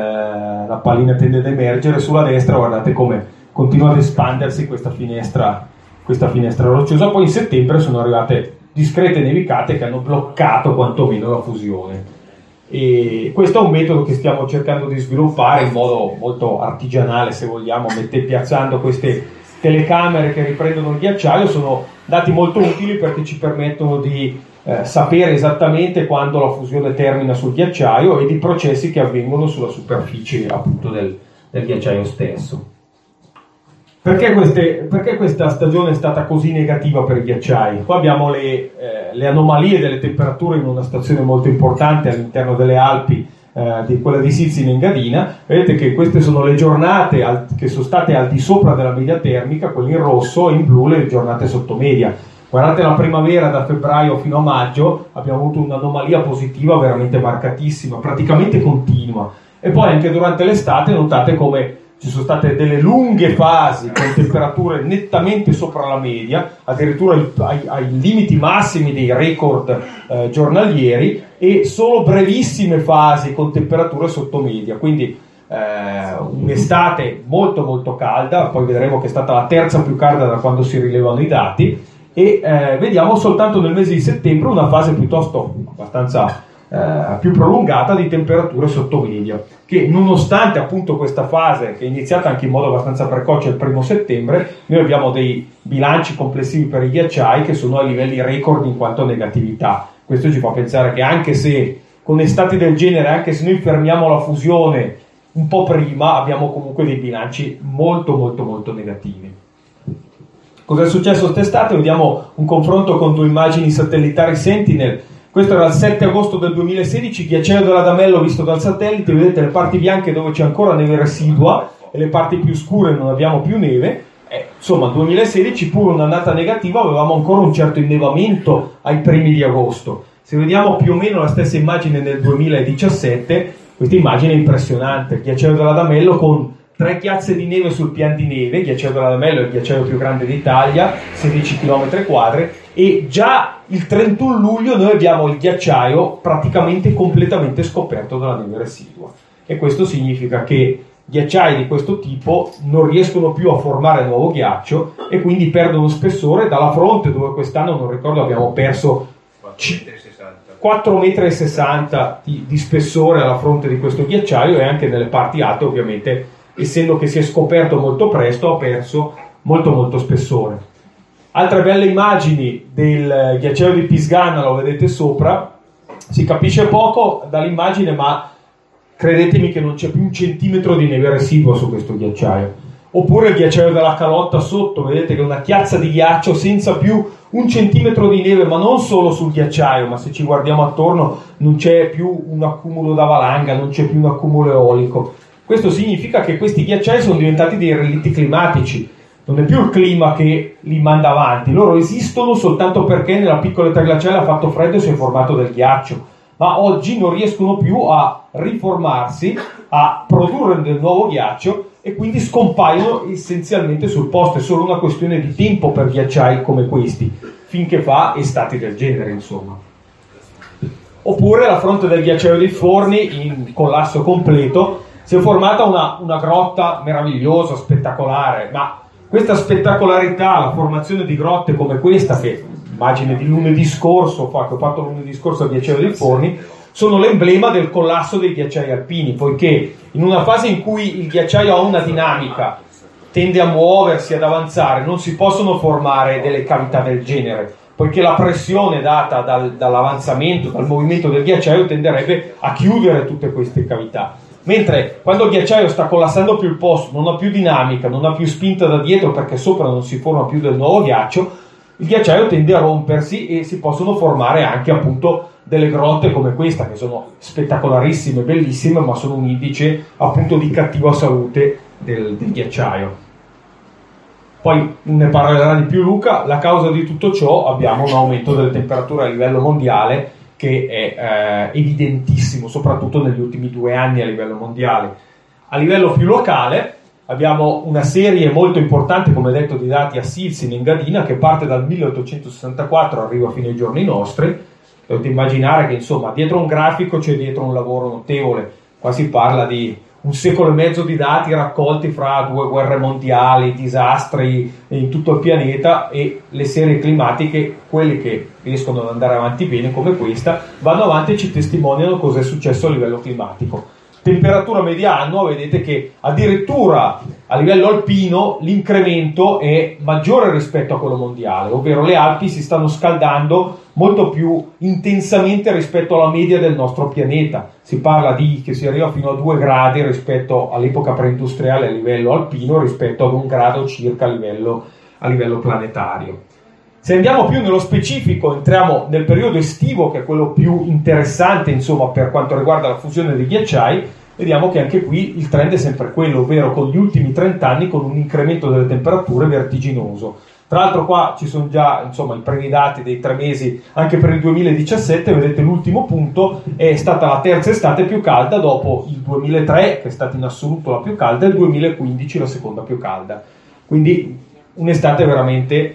la pallina tende ad emergere. Sulla destra guardate come continua ad espandersi questa finestra rocciosa. Poi in settembre sono arrivate discrete nevicate che hanno bloccato quantomeno la fusione, e questo è un metodo che stiamo cercando di sviluppare in modo molto artigianale, se vogliamo, piazzando queste telecamere che riprendono il ghiacciaio. Sono dati molto utili perché ci permettono di sapere esattamente quando la fusione termina sul ghiacciaio e di processi che avvengono sulla superficie appunto del ghiacciaio stesso. Perché questa stagione è stata così negativa per i ghiacciai? Qua abbiamo le anomalie delle temperature in una stazione molto importante all'interno delle Alpi, quella di Sizzi in Engadina. Vedete che queste sono le giornate che sono state al di sopra della media termica, quelle in rosso, e in blu le giornate sotto media. Guardate la primavera, da febbraio fino a maggio abbiamo avuto un'anomalia positiva veramente marcatissima, praticamente continua. E poi anche durante l'estate notate come ci sono state delle lunghe fasi con temperature nettamente sopra la media, addirittura ai limiti massimi dei record giornalieri, e solo brevissime fasi con temperature sotto media. Quindi un'estate molto molto calda, poi vedremo che è stata la terza più calda da quando si rilevano i dati, e vediamo soltanto nel mese di settembre una fase piuttosto abbastanza più prolungata di temperature sotto media, che nonostante appunto questa fase che è iniziata anche in modo abbastanza precoce il 1 settembre, noi abbiamo dei bilanci complessivi per i ghiacciai che sono a livelli record in quanto a negatività. Questo ci fa pensare che anche se con estati del genere, anche se noi fermiamo la fusione un po' prima, abbiamo comunque dei bilanci molto molto molto negativi. Cosa è successo quest'estate? Vediamo un confronto con 2 immagini satellitari Sentinel. Questo era il 7 agosto del 2016, ghiacciaio dell'Adamello visto dal satellite. Vedete le parti bianche dove c'è ancora neve residua e le parti più scure non abbiamo più neve. Insomma, 2016, pur un'annata negativa, avevamo ancora un certo innevamento ai primi di agosto. Se vediamo più o meno la stessa immagine nel 2017, questa immagine è impressionante. Il ghiacciaio dell'Adamello con 3 chiazze di neve sul pian di neve. Il ghiacciaio dell'Adamello è il ghiacciaio più grande d'Italia, 16 km², e già il 31 luglio noi abbiamo il ghiacciaio praticamente completamente scoperto dalla neve residua, e questo significa che ghiacciai di questo tipo non riescono più a formare nuovo ghiaccio e quindi perdono spessore. Dalla fronte, dove quest'anno, non ricordo, abbiamo perso 4,60 m di spessore alla fronte di questo ghiacciaio, e anche nelle parti alte, ovviamente, essendo che si è scoperto molto presto, ha perso molto molto spessore. Altre belle immagini del ghiacciaio di Pisgana, lo vedete sopra. Si capisce poco dall'immagine, ma credetemi che non c'è più 1 centimetro di neve residua su questo ghiacciaio. Oppure il ghiacciaio della Calotta sotto, vedete che è una chiazza di ghiaccio senza più 1 centimetro di neve, ma non solo sul ghiacciaio, ma se ci guardiamo attorno non c'è più un accumulo da valanga, non c'è più un accumulo eolico. Questo significa che questi ghiacciai sono diventati dei relitti climatici. Non è più il clima che li manda avanti, loro esistono soltanto perché nella piccola età glaciale ha fatto freddo e si è formato del ghiaccio, ma oggi non riescono più a riformarsi, a produrre del nuovo ghiaccio, e quindi scompaiono essenzialmente sul posto. È solo una questione di tempo per ghiacciai come questi, finché fa estati del genere, insomma. Oppure la fronte del ghiacciaio dei Forni, in collasso completo, si è formata una grotta meravigliosa, spettacolare, ma questa spettacolarità, la formazione di grotte come questa, che immagine di lunedì scorso, che ho fatto lunedì scorso al ghiacciaio dei Forni, sono l'emblema del collasso dei ghiacciai alpini, poiché in una fase in cui il ghiacciaio ha una dinamica, tende a muoversi, ad avanzare, non si possono formare delle cavità del genere, poiché la pressione data dall'avanzamento, dal movimento del ghiacciaio tenderebbe a chiudere tutte queste cavità. Mentre quando il ghiacciaio sta collassando più il posto, non ha più dinamica, non ha più spinta da dietro perché sopra non si forma più del nuovo ghiaccio, il ghiacciaio tende a rompersi e si possono formare anche appunto delle grotte come questa, che sono spettacolarissime, bellissime, ma sono un indice appunto di cattiva salute del ghiacciaio. Poi ne parlerà di più Luca. La causa di tutto ciò, abbiamo un aumento delle temperature a livello mondiale che è evidentissimo, soprattutto negli ultimi 2 anni a livello mondiale. A livello più locale abbiamo una serie molto importante, come detto, di dati a Silsi in Engadina, che parte dal 1864 arriva fino ai giorni nostri. Dovete immaginare che insomma dietro un grafico c'è dietro un lavoro notevole. Qua si parla di 1 secolo e mezzo di dati raccolti fra 2 guerre mondiali, disastri in tutto il pianeta, e le serie climatiche, quelle che riescono ad andare avanti bene come questa, vanno avanti e ci testimoniano cosa è successo a livello climatico. Temperatura media annua, vedete che addirittura a livello alpino l'incremento è maggiore rispetto a quello mondiale, ovvero le Alpi si stanno scaldando molto più intensamente rispetto alla media del nostro pianeta. Si parla di che si arriva fino a 2 gradi rispetto all'epoca preindustriale a livello alpino, rispetto ad 1 grado circa a livello planetario. Se andiamo più nello specifico, entriamo nel periodo estivo, che è quello più interessante insomma per quanto riguarda la fusione dei ghiacciai. Vediamo che anche qui il trend è sempre quello, ovvero con gli ultimi 30 anni con un incremento delle temperature vertiginoso. Tra l'altro qua ci sono già insomma i primi dati dei 3 mesi anche per il 2017, vedete l'ultimo punto è stata la terza estate più calda dopo il 2003, che è stata in assoluto la più calda, e il 2015 la seconda più calda. Quindi un'estate veramente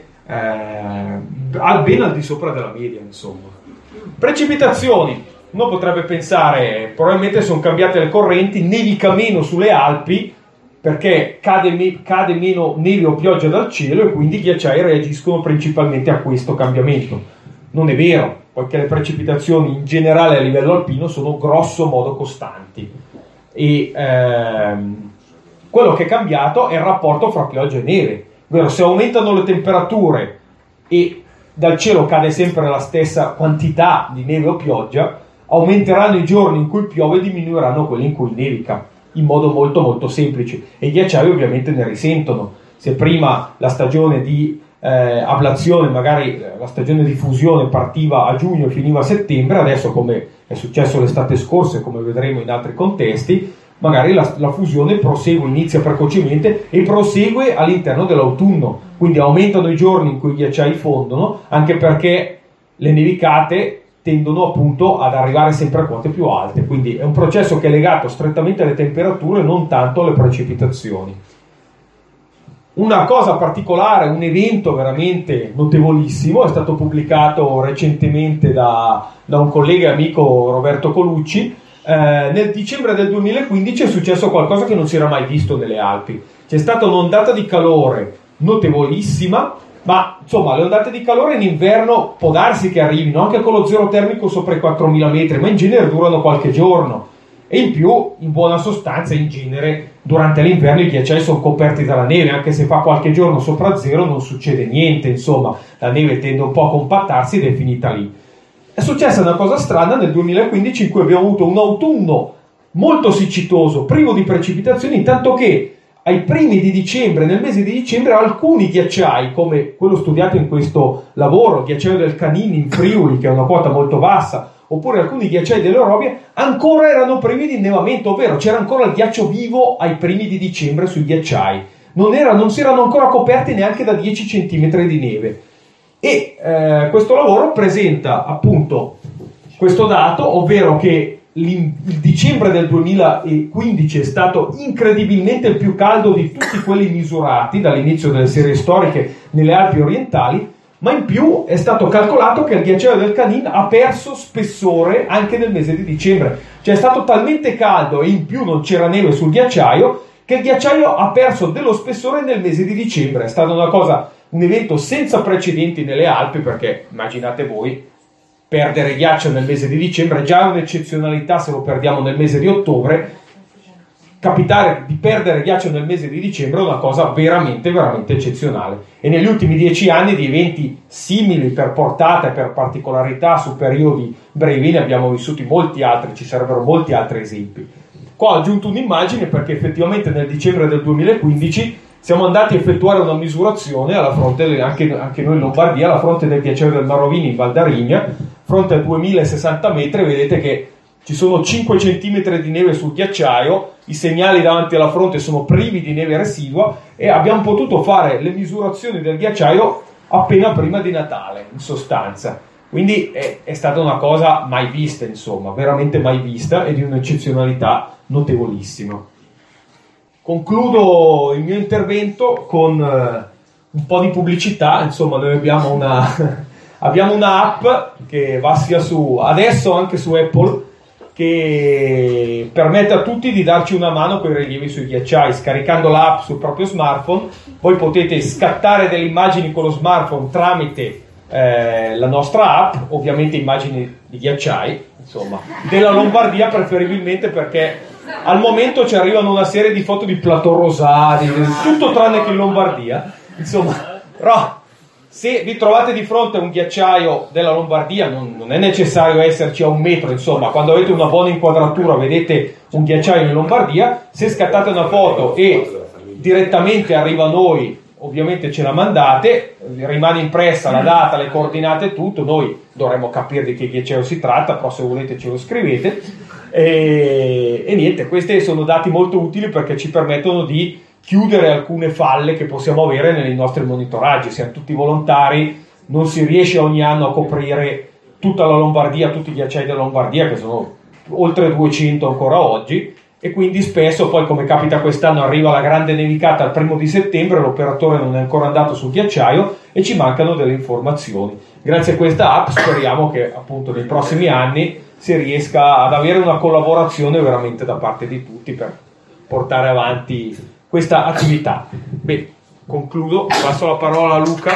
ben al di sopra della media, insomma. Precipitazioni, uno potrebbe pensare probabilmente sono cambiate le correnti, nevica meno sulle Alpi perché cade meno neve o pioggia dal cielo e quindi i ghiacciai reagiscono principalmente a questo cambiamento. Non è vero, poiché le precipitazioni in generale a livello alpino sono grosso modo costanti, e quello che è cambiato è il rapporto fra pioggia e neve. Ovvero, se aumentano le temperature e dal cielo cade sempre la stessa quantità di neve o pioggia, aumenteranno i giorni in cui piove e diminuiranno quelli in cui nevica, in modo molto molto semplice, e i ghiacciai ovviamente ne risentono. Se prima la stagione di ablazione, magari la stagione di fusione partiva a giugno e finiva a settembre, adesso, come è successo l'estate scorsa e come vedremo in altri contesti, magari la fusione inizia precocemente e prosegue all'interno dell'autunno, quindi aumentano i giorni in cui i ghiacciai fondono, anche perché le nevicate tendono appunto ad arrivare sempre a quote più alte, quindi è un processo che è legato strettamente alle temperature, non tanto alle precipitazioni. Una cosa particolare, un evento veramente notevolissimo, è stato pubblicato recentemente da un collega e amico, Roberto Colucci. Nel dicembre del 2015 è successo qualcosa che non si era mai visto nelle Alpi. C'è stata un'ondata di calore notevolissima, ma insomma le ondate di calore in inverno può darsi che arrivino anche con lo zero termico sopra i 4000 metri, ma in genere durano qualche giorno, e in più, in buona sostanza, in genere durante l'inverno i ghiacciai sono coperti dalla neve, anche se fa qualche giorno sopra zero non succede niente, insomma la neve tende un po' a compattarsi ed è finita lì. È successa una cosa strana nel 2015 in cui abbiamo avuto un autunno molto siccitoso, privo di precipitazioni, tanto che ai primi di dicembre, nel mese di dicembre, alcuni ghiacciai, come quello studiato in questo lavoro, il ghiacciaio del Canini in Friuli, che è una quota molto bassa, oppure alcuni ghiacciai dell'Orobie, ancora erano privi di innevamento, ovvero c'era ancora il ghiaccio vivo ai primi di dicembre sui ghiacciai. Non si erano ancora coperti neanche da 10 cm di neve. E questo lavoro presenta appunto questo dato, ovvero che il dicembre del 2015 è stato incredibilmente il più caldo di tutti quelli misurati dall'inizio delle serie storiche nelle Alpi orientali, ma in più è stato calcolato che il ghiacciaio del Canin ha perso spessore anche nel mese di dicembre. Cioè è stato talmente caldo e in più non c'era neve sul ghiacciaio che il ghiacciaio ha perso dello spessore nel mese di dicembre. È stata un evento senza precedenti nelle Alpi, perché immaginate voi, perdere ghiaccio nel mese di dicembre è già un'eccezionalità se lo perdiamo nel mese di ottobre. Capitare di perdere ghiaccio nel mese di dicembre è una cosa veramente, veramente eccezionale. E negli ultimi 10 anni di eventi simili per portata e per particolarità su periodi brevi ne abbiamo vissuti molti altri, ci sarebbero molti altri esempi. Qua ho aggiunto un'immagine perché effettivamente nel dicembre del 2015 siamo andati a effettuare una misurazione alla fronte, anche noi in Lombardia, alla fronte del ghiacciaio del Marovini in Val d'Arigna, fronte a 2060 metri, vedete che ci sono 5 cm di neve sul ghiacciaio, i segnali davanti alla fronte sono privi di neve residua e abbiamo potuto fare le misurazioni del ghiacciaio appena prima di Natale, in sostanza. Quindi è stata una cosa mai vista, insomma, veramente mai vista e di un'eccezionalità notevolissima. Concludo il mio intervento con un po' di pubblicità. Insomma, noi abbiamo una app che va sia adesso anche su Apple, che permette a tutti di darci una mano con i rilievi sui ghiacciai. Scaricando l'app sul proprio smartphone voi potete scattare delle immagini con lo smartphone tramite la nostra app, ovviamente immagini di ghiacciai, insomma, della Lombardia preferibilmente, perché al momento ci arrivano una serie di foto di plateau rosati, tutto tranne che in Lombardia, insomma. Però se vi trovate di fronte a un ghiacciaio della Lombardia non è necessario esserci a 1 metro, insomma, quando avete una buona inquadratura vedete un ghiacciaio in Lombardia, se scattate una foto e direttamente arriva a noi, ovviamente ce la mandate, rimane impressa la data, le coordinate e tutto, noi dovremmo capire di che ghiacciaio si tratta, però se volete ce lo scrivete e niente, questi sono dati molto utili perché ci permettono di chiudere alcune falle che possiamo avere nei nostri monitoraggi. Siamo tutti volontari, non si riesce ogni anno a coprire tutta la Lombardia, tutti i ghiacciai della Lombardia, che sono oltre 200 ancora oggi, e quindi spesso poi, come capita quest'anno, arriva la grande nevicata al 1° di settembre, l'operatore non è ancora andato sul ghiacciaio e ci mancano delle informazioni. Grazie a questa app speriamo che appunto nei prossimi anni si riesca ad avere una collaborazione veramente da parte di tutti per portare avanti questa attività. Bene, concludo, passo la parola a Luca.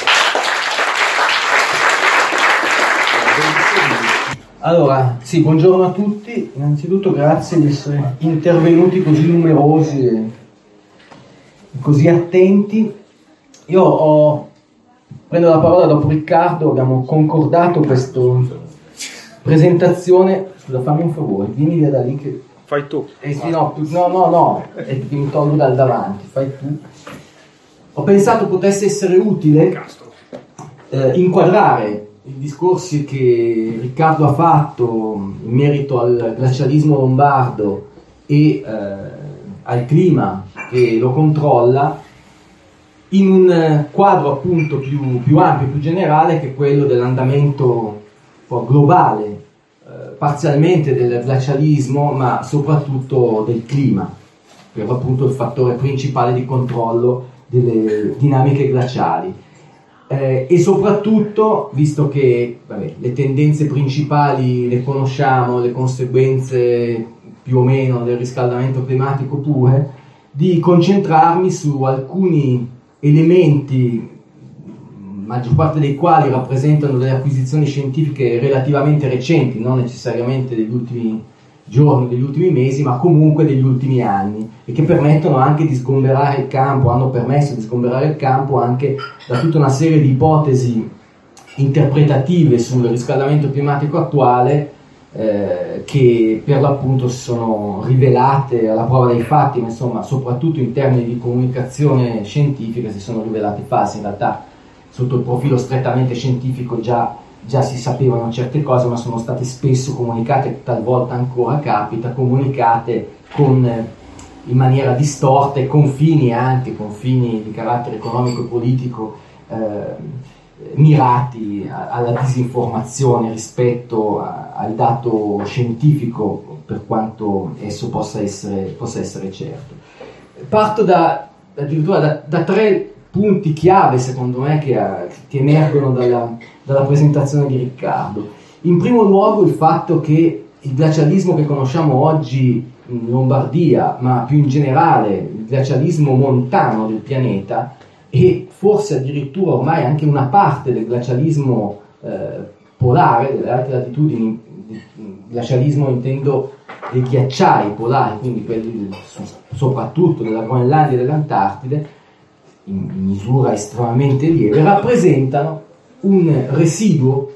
Allora, sì, buongiorno a tutti. Innanzitutto grazie di essere intervenuti così numerosi e così attenti. Io prendo la parola dopo Riccardo, abbiamo concordato questa presentazione. Scusa, fammi un favore, vieni via da lì che... Fai tu. Sì, no, è che mi tolgo dal davanti, fai tu. Ho pensato potesse essere utile inquadrare i discorsi che Riccardo ha fatto in merito al glacialismo lombardo e al clima che lo controlla in un quadro appunto più ampio, più generale, che è quello dell'andamento un po' globale, parzialmente del glacialismo, ma soprattutto del clima, per appunto il fattore principale di controllo delle dinamiche glaciali. E soprattutto, visto che le tendenze principali le conosciamo, le conseguenze più o meno del riscaldamento climatico pure, di concentrarmi su alcuni elementi, maggior parte dei quali rappresentano delle acquisizioni scientifiche relativamente recenti, non necessariamente degli ultimi giorni, degli ultimi mesi, ma comunque degli ultimi anni, e che permettono anche di sgomberare il campo, hanno permesso di sgomberare il campo anche da tutta una serie di ipotesi interpretative sul riscaldamento climatico attuale, che per l'appunto si sono rivelate alla prova dei fatti, ma insomma soprattutto in termini di comunicazione scientifica si sono rivelate false. In realtà sotto il profilo strettamente scientifico già si sapevano certe cose, ma sono state spesso comunicate, talvolta ancora capita, comunicate in maniera distorta, e confini di carattere economico e politico mirati alla disinformazione rispetto al dato scientifico, per quanto esso possa essere certo. Parto addirittura da 3 punti chiave, secondo me, che emergono dalla presentazione di Riccardo. In primo luogo il fatto che il glacialismo che conosciamo oggi in Lombardia, ma più in generale il glacialismo montano del pianeta, e forse addirittura ormai anche una parte del glacialismo polare, delle alte latitudini, glacialismo intendo dei ghiacciai polari, quindi quelli soprattutto della Groenlandia e dell'Antartide, in misura estremamente lieve, rappresentano un residuo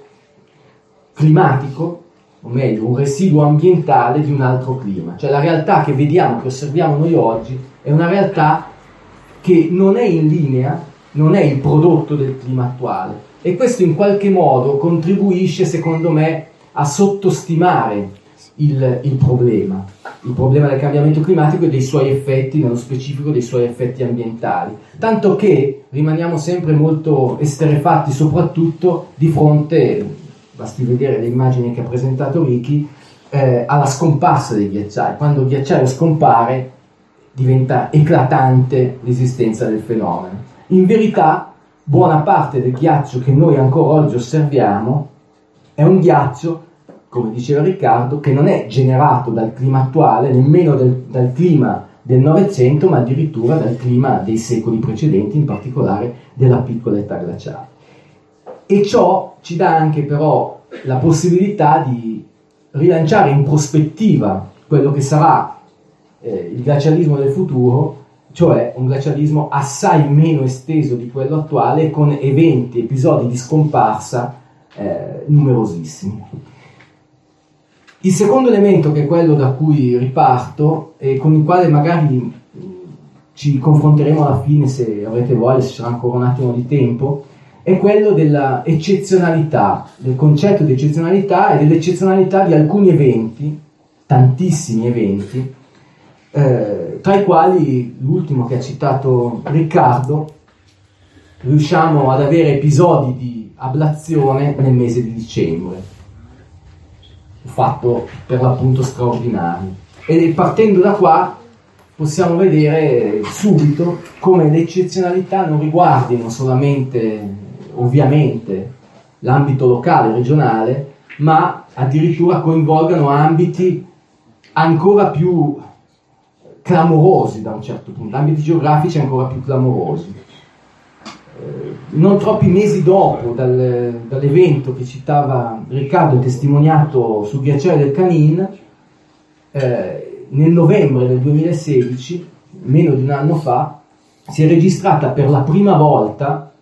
climatico, o meglio un residuo ambientale di un altro clima. Cioè la realtà che vediamo, che osserviamo noi oggi, è una realtà che non è in linea, non è il prodotto del clima attuale, e questo in qualche modo contribuisce, secondo me, a sottostimare il problema del cambiamento climatico e dei suoi effetti, nello specifico dei suoi effetti ambientali, tanto che rimaniamo sempre molto esterrefatti, soprattutto di fronte, basti vedere le immagini che ha presentato Ricky, alla scomparsa dei ghiacciai. Quando il ghiacciaio scompare diventa eclatante l'esistenza del fenomeno. In verità buona parte del ghiaccio che noi ancora oggi osserviamo è un ghiaccio, come diceva Riccardo, che non è generato dal clima attuale, nemmeno dal clima del Novecento, ma addirittura dal clima dei secoli precedenti, in particolare della piccola età glaciale. E ciò ci dà anche però la possibilità di rilanciare in prospettiva quello che sarà il glacialismo del futuro, cioè un glacialismo assai meno esteso di quello attuale, con episodi di scomparsa numerosissimi. Il secondo elemento, che è quello da cui riparto e con il quale magari ci confronteremo alla fine, se avrete voglia, se c'è ancora un attimo di tempo, è quello della eccezionalità, del concetto di eccezionalità e dell'eccezionalità di alcuni eventi, tantissimi eventi, tra i quali l'ultimo che ha citato Riccardo. Riusciamo ad avere episodi di ablazione nel mese di dicembre, un fatto per l'appunto straordinario, e partendo da qua possiamo vedere subito come le eccezionalità non riguardino solamente, ovviamente, l'ambito locale, regionale, ma addirittura coinvolgano ambiti ancora più clamorosi, da un certo punto, ambiti geografici ancora più clamorosi. Non troppi mesi dopo dall'evento che citava Riccardo, testimoniato sul ghiacciaio del Canin, nel novembre del 2016, meno di un anno fa, si è registrata per la prima volta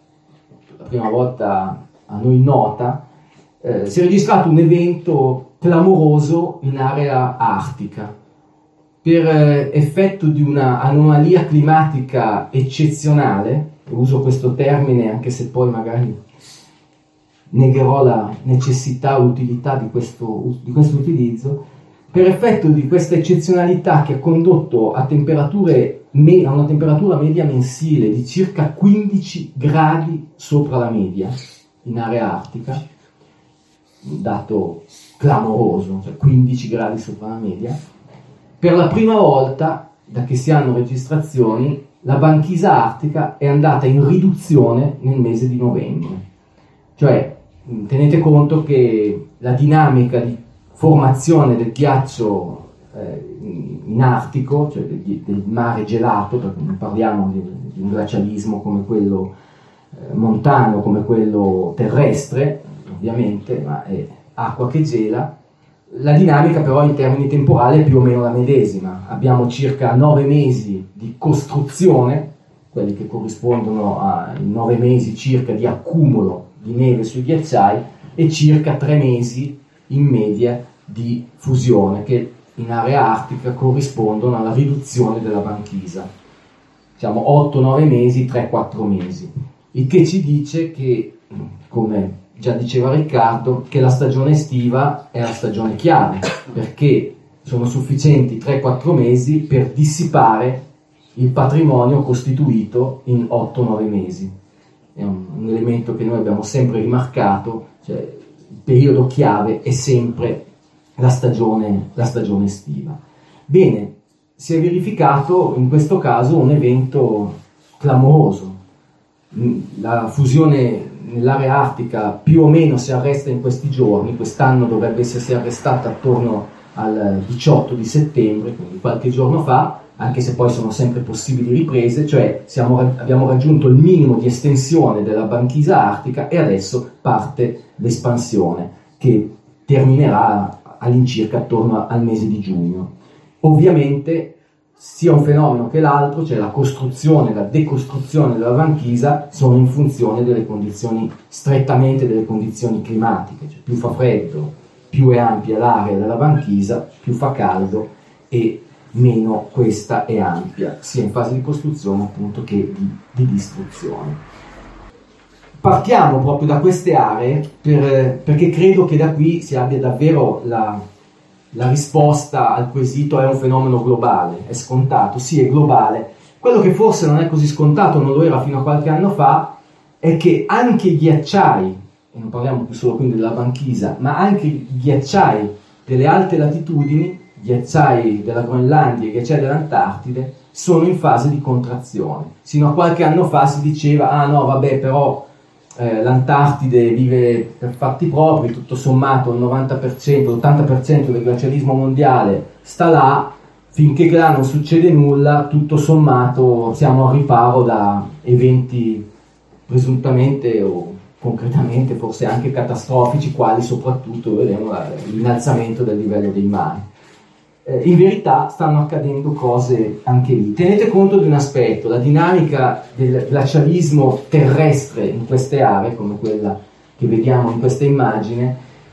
a noi nota, si è registrato un evento clamoroso in area artica, per effetto di una anomalia climatica eccezionale. Uso questo termine anche se poi magari negherò la necessità o l'utilità di questo utilizzo, per effetto di questa eccezionalità che ha condotto a una temperatura media mensile di circa 15 gradi sopra la media in area artica, un dato clamoroso, cioè 15 gradi sopra la media. Per la prima volta da che si hanno registrazioni, la banchisa artica è andata in riduzione nel mese di novembre. Cioè, tenete conto che la dinamica di formazione del ghiaccio in Artico, cioè del mare gelato, perché non parliamo di un glacialismo come quello montano, come quello terrestre, ovviamente, ma è acqua che gela. La dinamica però in termini temporali è più o meno la medesima. Abbiamo circa 9 mesi di costruzione, quelli che corrispondono a 9 mesi circa di accumulo di neve sui ghiacciai, e circa 3 mesi in media di fusione, che in area artica corrispondono alla riduzione della banchisa. Diciamo 8-9 mesi, 3-4 mesi. Il che ci dice che, come già diceva Riccardo, che la stagione estiva è la stagione chiave, perché sono sufficienti 3-4 mesi per dissipare il patrimonio costituito in 8-9 mesi. È un elemento che noi abbiamo sempre rimarcato, cioè il periodo chiave è sempre la stagione estiva. Bene, si è verificato in questo caso un evento clamoroso, La fusione nell'area artica più o meno si arresta in questi giorni, quest'anno dovrebbe essersi arrestata attorno al 18 di settembre, quindi qualche giorno fa, anche se poi sono sempre possibili riprese, cioè abbiamo raggiunto il minimo di estensione della banchisa artica e adesso parte l'espansione che terminerà all'incirca attorno al mese di giugno. Ovviamente sia un fenomeno che l'altro, cioè la costruzione e la decostruzione della banchisa, sono in funzione delle condizioni, strettamente delle condizioni climatiche, cioè più fa freddo, più è ampia l'area della banchisa, più fa caldo e meno questa è ampia, sia in fase di costruzione appunto che di distruzione. Partiamo proprio da queste aree perché credo che da qui si abbia davvero la risposta al quesito: è un fenomeno globale? È scontato? Sì, è globale. Quello che forse non è così scontato, non lo era fino a qualche anno fa, è che anche i ghiacciai, e non parliamo più solo quindi della banchisa, ma anche i ghiacciai delle alte latitudini, ghiacciai della Groenlandia e ghiacciai dell'Antartide, sono in fase di contrazione. Sino a qualche anno fa si diceva: ah no, vabbè, però l'Antartide vive per fatti propri, tutto sommato il 90%, l'80% del glacialismo mondiale sta là, finché là non succede nulla, tutto sommato siamo al riparo da eventi presuntamente o concretamente forse anche catastrofici, quali soprattutto vedremo l'innalzamento del livello dei mari. In verità stanno accadendo cose anche lì. Tenete conto di un aspetto: la dinamica del glacialismo terrestre in queste aree, come quella che vediamo in questa immagine,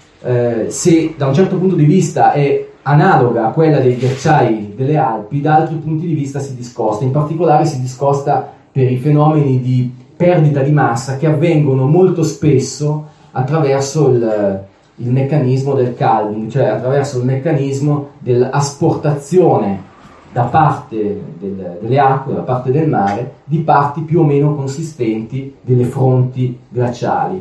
se da un certo punto di vista è analoga a quella dei ghiacciai delle Alpi, da altri punti di vista si discosta. In particolare si discosta per i fenomeni di perdita di massa che avvengono molto spesso attraverso il meccanismo del calving, cioè attraverso il meccanismo dell'asportazione da parte delle acque, da parte del mare, di parti più o meno consistenti delle fronti glaciali.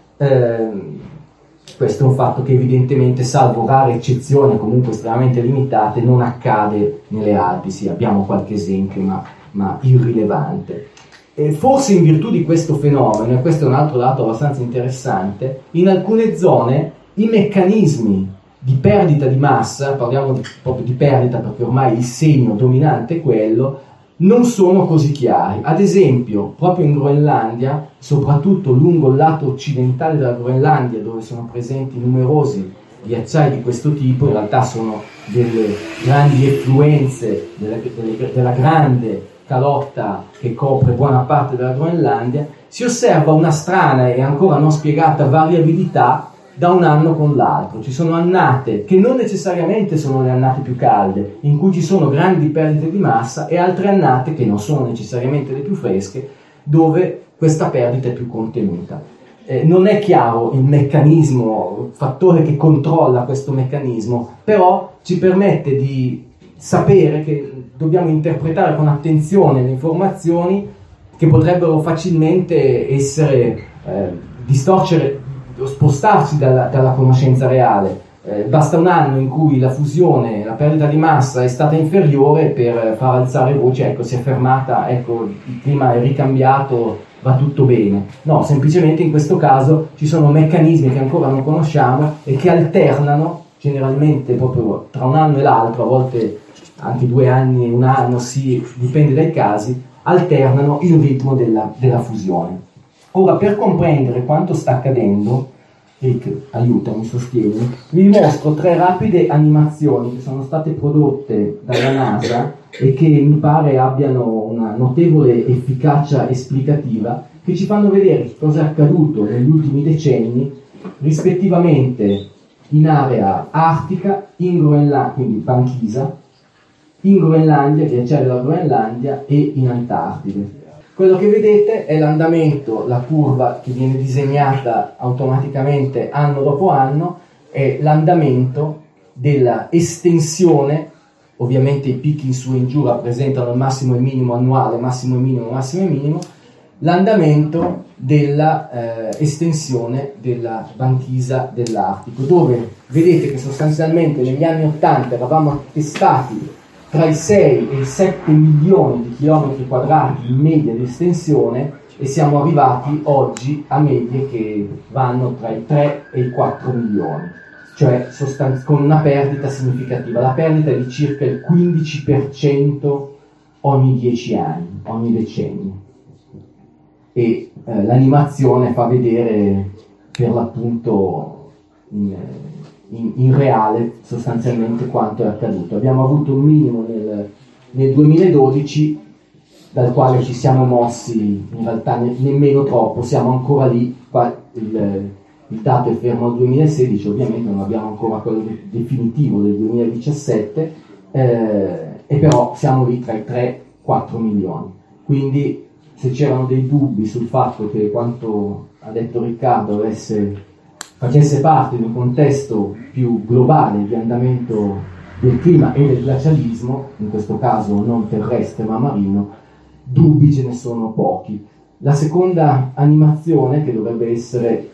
Questo è un fatto che evidentemente, salvo rare eccezioni comunque estremamente limitate, non accade nelle Alpi. Sì, abbiamo qualche esempio, ma irrilevante. Forse in virtù di questo fenomeno, e questo è un altro dato abbastanza interessante, in alcune zone i meccanismi di perdita di massa, parliamo proprio di perdita perché ormai il segno dominante è quello, non sono così chiari. Ad esempio, proprio in Groenlandia, soprattutto lungo il lato occidentale della Groenlandia, dove sono presenti numerosi ghiacciai di questo tipo, in realtà sono delle grandi effluenze della grande calotta che copre buona parte della Groenlandia, si osserva una strana e ancora non spiegata variabilità da un anno con l'altro. Ci sono annate che non necessariamente sono le annate più calde, in cui ci sono grandi perdite di massa, e altre annate che non sono necessariamente le più fresche, dove questa perdita è più contenuta. Non è chiaro il meccanismo, il fattore che controlla questo meccanismo, però ci permette di sapere che dobbiamo interpretare con attenzione le informazioni che potrebbero facilmente essere distorcere o spostarci dalla conoscenza reale. Basta un anno in cui la fusione, la perdita di massa è stata inferiore per far alzare voce: ecco, si è fermata, ecco, il clima è ricambiato, va tutto bene. No, semplicemente in questo caso ci sono meccanismi che ancora non conosciamo e che alternano generalmente proprio tra un anno e l'altro, a volte anche 2 anni, 1 anno, dipende dai casi, alternano il ritmo della fusione. Ora, per comprendere quanto sta accadendo, Rick, aiutami, sostieni, vi mostro 3 rapide animazioni che sono state prodotte dalla NASA e che mi pare abbiano una notevole efficacia esplicativa, che ci fanno vedere cosa è accaduto negli ultimi decenni, rispettivamente in area artica, in Groenlandia, quindi banchisa, in Groenlandia, ghiacciai della Groenlandia, e in Antartide. Quello che vedete è l'andamento, la curva che viene disegnata automaticamente anno dopo anno, è l'andamento della estensione. Ovviamente i picchi in su e in giù rappresentano il massimo e il minimo annuale, massimo e minimo, massimo e minimo, l'andamento della estensione della banchisa dell'Artico, dove vedete che sostanzialmente negli anni 80 eravamo attestati tra i 6 e i 7 milioni di chilometri quadrati in media di estensione, e siamo arrivati oggi a medie che vanno tra i 3 e i 4 milioni, cioè con una perdita significativa. La perdita è di circa il 15% ogni 10 anni, ogni decennio. E l'animazione fa vedere per l'appunto in reale sostanzialmente quanto è accaduto. Abbiamo avuto un minimo nel 2012, dal quale ci siamo mossi in realtà nemmeno troppo, siamo ancora lì, il dato è fermo al 2016, ovviamente non abbiamo ancora quello definitivo del 2017, e però siamo lì tra i 3 e 4 milioni. Quindi se c'erano dei dubbi sul fatto che quanto ha detto Riccardo facesse parte di un contesto più globale di andamento del clima e del glacialismo, in questo caso non terrestre ma marino, dubbi ce ne sono pochi. La seconda animazione, che dovrebbe essere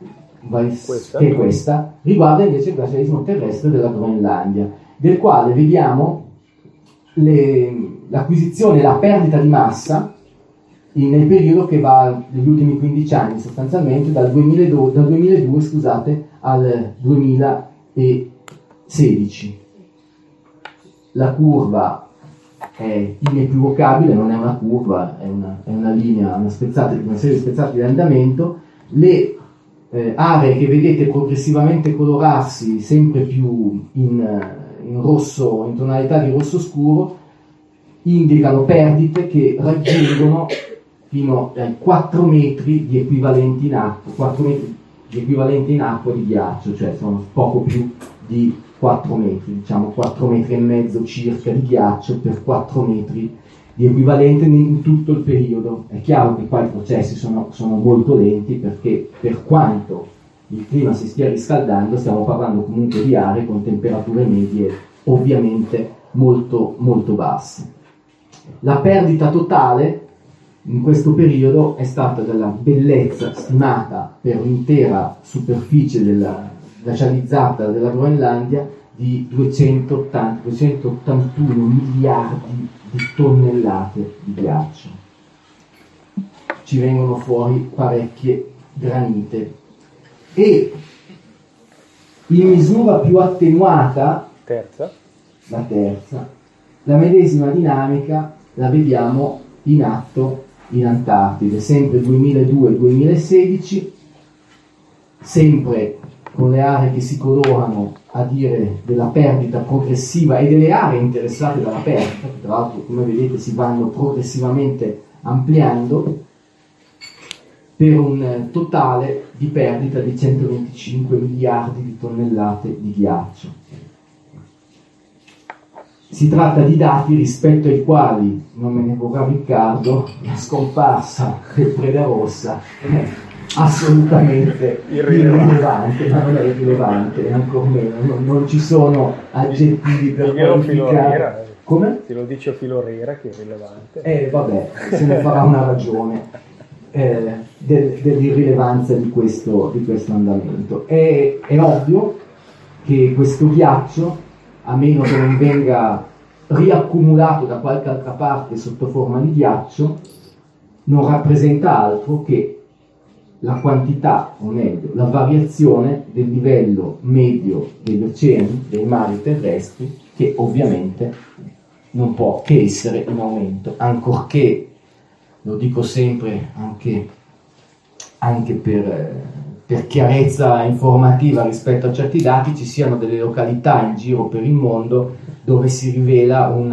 questa, riguarda invece il glacialismo terrestre della Groenlandia, del quale vediamo l'acquisizione e la perdita di massa nel periodo che va negli ultimi 15 anni, sostanzialmente dal 2002 al 2016. La curva è inequivocabile, non è una curva, è una linea, una serie di spezzati di andamento. Le aree che vedete progressivamente colorarsi sempre più in rosso, in tonalità di rosso scuro, indicano perdite che raggiungono fino ai 4 metri di equivalenti in acqua, 4 metri di equivalente in acqua di ghiaccio, cioè sono poco più di 4 metri, diciamo 4 metri e mezzo circa di ghiaccio per 4 metri di equivalente in tutto il periodo. È chiaro che qua i processi sono molto lenti, perché per quanto il clima si stia riscaldando stiamo parlando comunque di aree con temperature medie ovviamente molto molto basse. La perdita totale in questo periodo è stata della bellezza stimata per l'intera superficie glacializzata della Groenlandia di 281 miliardi di tonnellate di ghiaccio. Ci vengono fuori parecchie granite. E in misura più attenuata, la terza, la medesima dinamica la vediamo in atto in Antartide, sempre 2002-2016, sempre con le aree che si colorano a dire della perdita progressiva e delle aree interessate dalla perdita, che tra l'altro come vedete si vanno progressivamente ampliando, per un totale di perdita di 125 miliardi di tonnellate di ghiaccio. Si tratta di dati rispetto ai quali, non me ne vorrà Riccardo, la scomparsa del preda rossa è assolutamente irrilevante, ma non è irrilevante, ancor meno, non ci sono aggettivi per qualificare. Come? Se lo dice Filorera che è irrilevante. Vabbè, se ne farà una ragione dell'irrilevanza di questo andamento. È ovvio che questo ghiaccio, a meno che non venga riaccumulato da qualche altra parte sotto forma di ghiaccio, non rappresenta altro che la quantità, o meglio, la variazione del livello medio degli oceani, dei mari terrestri, che ovviamente non può che essere in aumento, ancorché, lo dico sempre anche per chiarezza informativa rispetto a certi dati, ci siano delle località in giro per il mondo dove si rivela un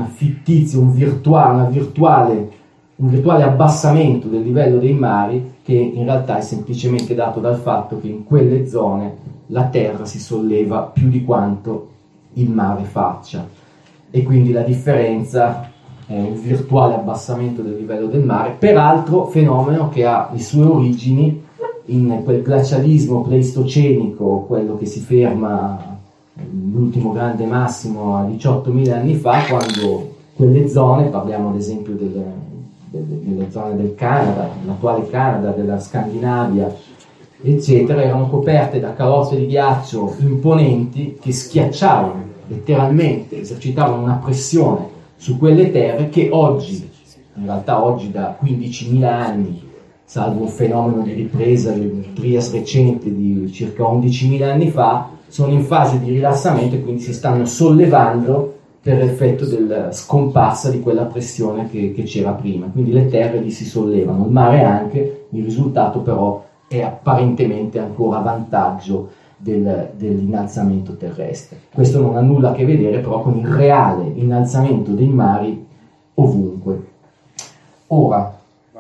virtuale abbassamento del livello dei mari, che in realtà è semplicemente dato dal fatto che in quelle zone la terra si solleva più di quanto il mare faccia, e quindi la differenza è un virtuale abbassamento del livello del mare, peraltro fenomeno che ha le sue origini in quel glacialismo pleistocenico, quello che si ferma l'ultimo grande massimo a 18.000 anni fa, quando quelle zone, parliamo ad esempio delle zone del Canada, dell'attuale Canada, della Scandinavia, eccetera, erano coperte da calotte di ghiaccio imponenti che schiacciavano letteralmente, esercitavano una pressione su quelle terre che oggi, in realtà oggi da 15.000 anni, salvo un fenomeno di ripresa del Trias recente di circa 11.000 anni fa, sono in fase di rilassamento e quindi si stanno sollevando per effetto della scomparsa di quella pressione che c'era prima. Quindi le terre lì si sollevano, il mare anche, il risultato però è apparentemente ancora a vantaggio dell'innalzamento terrestre. Questo non ha nulla a che vedere però con il reale innalzamento dei mari ovunque. Ora,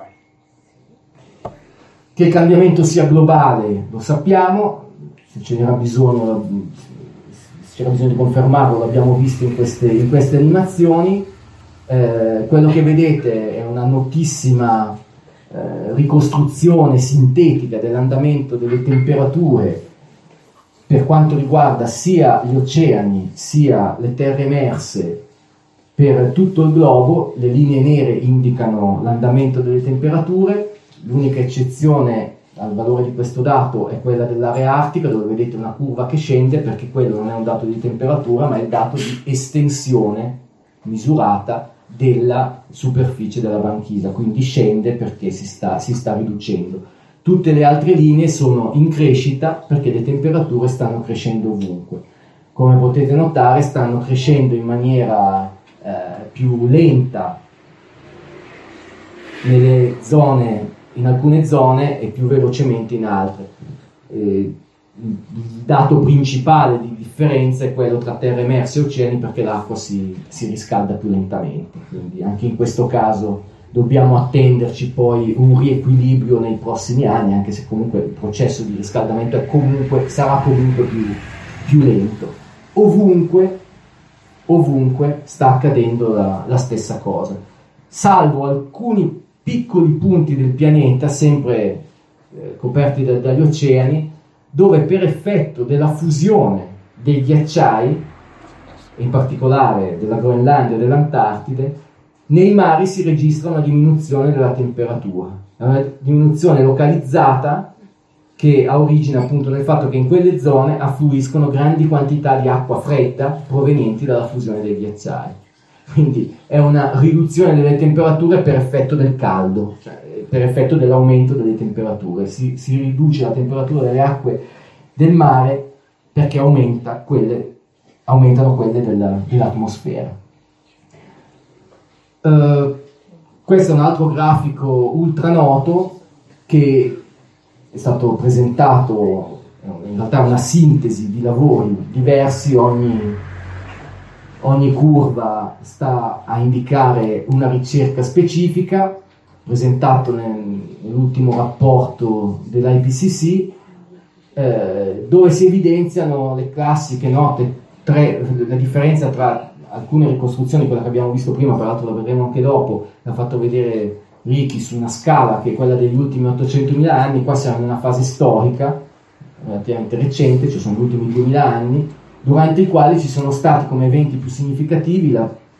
che il cambiamento sia globale lo sappiamo, se c'era bisogno di confermarlo l'abbiamo visto in queste animazioni. Quello che vedete è una notissima ricostruzione sintetica dell'andamento delle temperature per quanto riguarda sia gli oceani sia le terre emerse per tutto il globo. Le linee nere indicano l'andamento delle temperature, l'unica eccezione al valore di questo dato è quella dell'area artica, dove vedete una curva che scende, perché quello non è un dato di temperatura ma è il dato di estensione misurata della superficie della banchisa, quindi scende perché si sta riducendo. Tutte le altre linee sono in crescita perché le temperature stanno crescendo ovunque. Come potete notare stanno crescendo in maniera più lenta in alcune zone e più velocemente in altre. Il dato principale di differenza è quello tra terre emerse e oceani, perché l'acqua si riscalda più lentamente, quindi anche in questo caso dobbiamo attenderci poi un riequilibrio nei prossimi anni, anche se comunque il processo di riscaldamento sarà comunque più lento. Ovunque sta accadendo la stessa cosa, salvo alcuni piccoli punti del pianeta, sempre coperti dagli oceani, dove per effetto della fusione dei ghiacciai, in particolare della Groenlandia e dell'Antartide, nei mari si registra una diminuzione della temperatura, una diminuzione localizzata che ha origine appunto nel fatto che in quelle zone affluiscono grandi quantità di acqua fredda provenienti dalla fusione dei ghiacciai. Quindi è una riduzione delle temperature per effetto del caldo, cioè per effetto dell'aumento delle temperature. Si riduce la temperatura delle acque del mare perché aumentano quelle dell'atmosfera. Questo è un altro grafico ultra noto che è stato presentato, in realtà è una sintesi di lavori diversi, ogni curva sta a indicare una ricerca specifica, presentato nell'ultimo rapporto dell'IPCC, dove si evidenziano le classiche note, la differenza tra alcune ricostruzioni, quella che abbiamo visto prima, peraltro la vedremo anche dopo, l'ha fatto vedere Ricky su una scala che è quella degli ultimi 800.000 anni. Qua siamo in una fase storica relativamente recente, cioè sono gli ultimi 2000 anni, durante i quali ci sono stati come eventi più significativi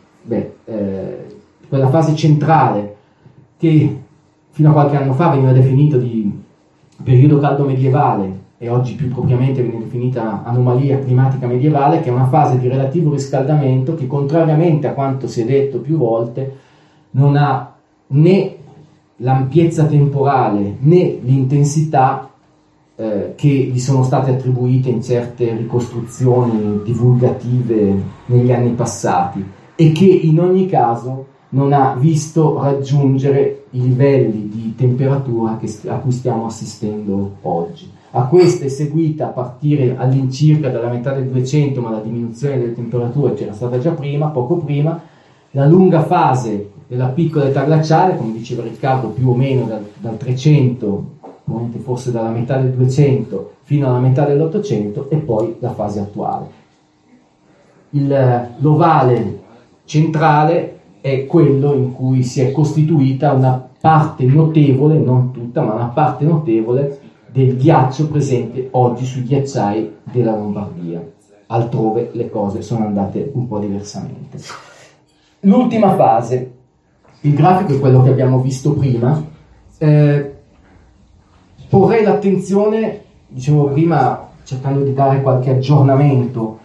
quella fase centrale che fino a qualche anno fa veniva definito di periodo caldo medievale e oggi più propriamente viene definita anomalia climatica medievale, che è una fase di relativo riscaldamento che, contrariamente a quanto si è detto più volte, non ha né l'ampiezza temporale né l'intensità che gli sono state attribuite in certe ricostruzioni divulgative negli anni passati, e che in ogni caso non ha visto raggiungere i livelli di temperatura a cui stiamo assistendo oggi. A questa è seguita, a partire all'incirca dalla metà del 200, ma la diminuzione delle temperature c'era stata già prima, poco prima, la lunga fase della piccola età glaciale, come diceva Riccardo, più o meno dal 300, forse dalla metà del 200 fino alla metà dell'800, e poi la fase attuale. L'ovale centrale è quello in cui si è costituita una parte notevole, non tutta, ma una parte notevole del ghiaccio presente oggi sui ghiacciai della Lombardia. Altrove le cose sono andate un po' diversamente. L'ultima fase, il grafico è quello che abbiamo visto prima. Porrei l'attenzione, dicevo prima, cercando di dare qualche aggiornamento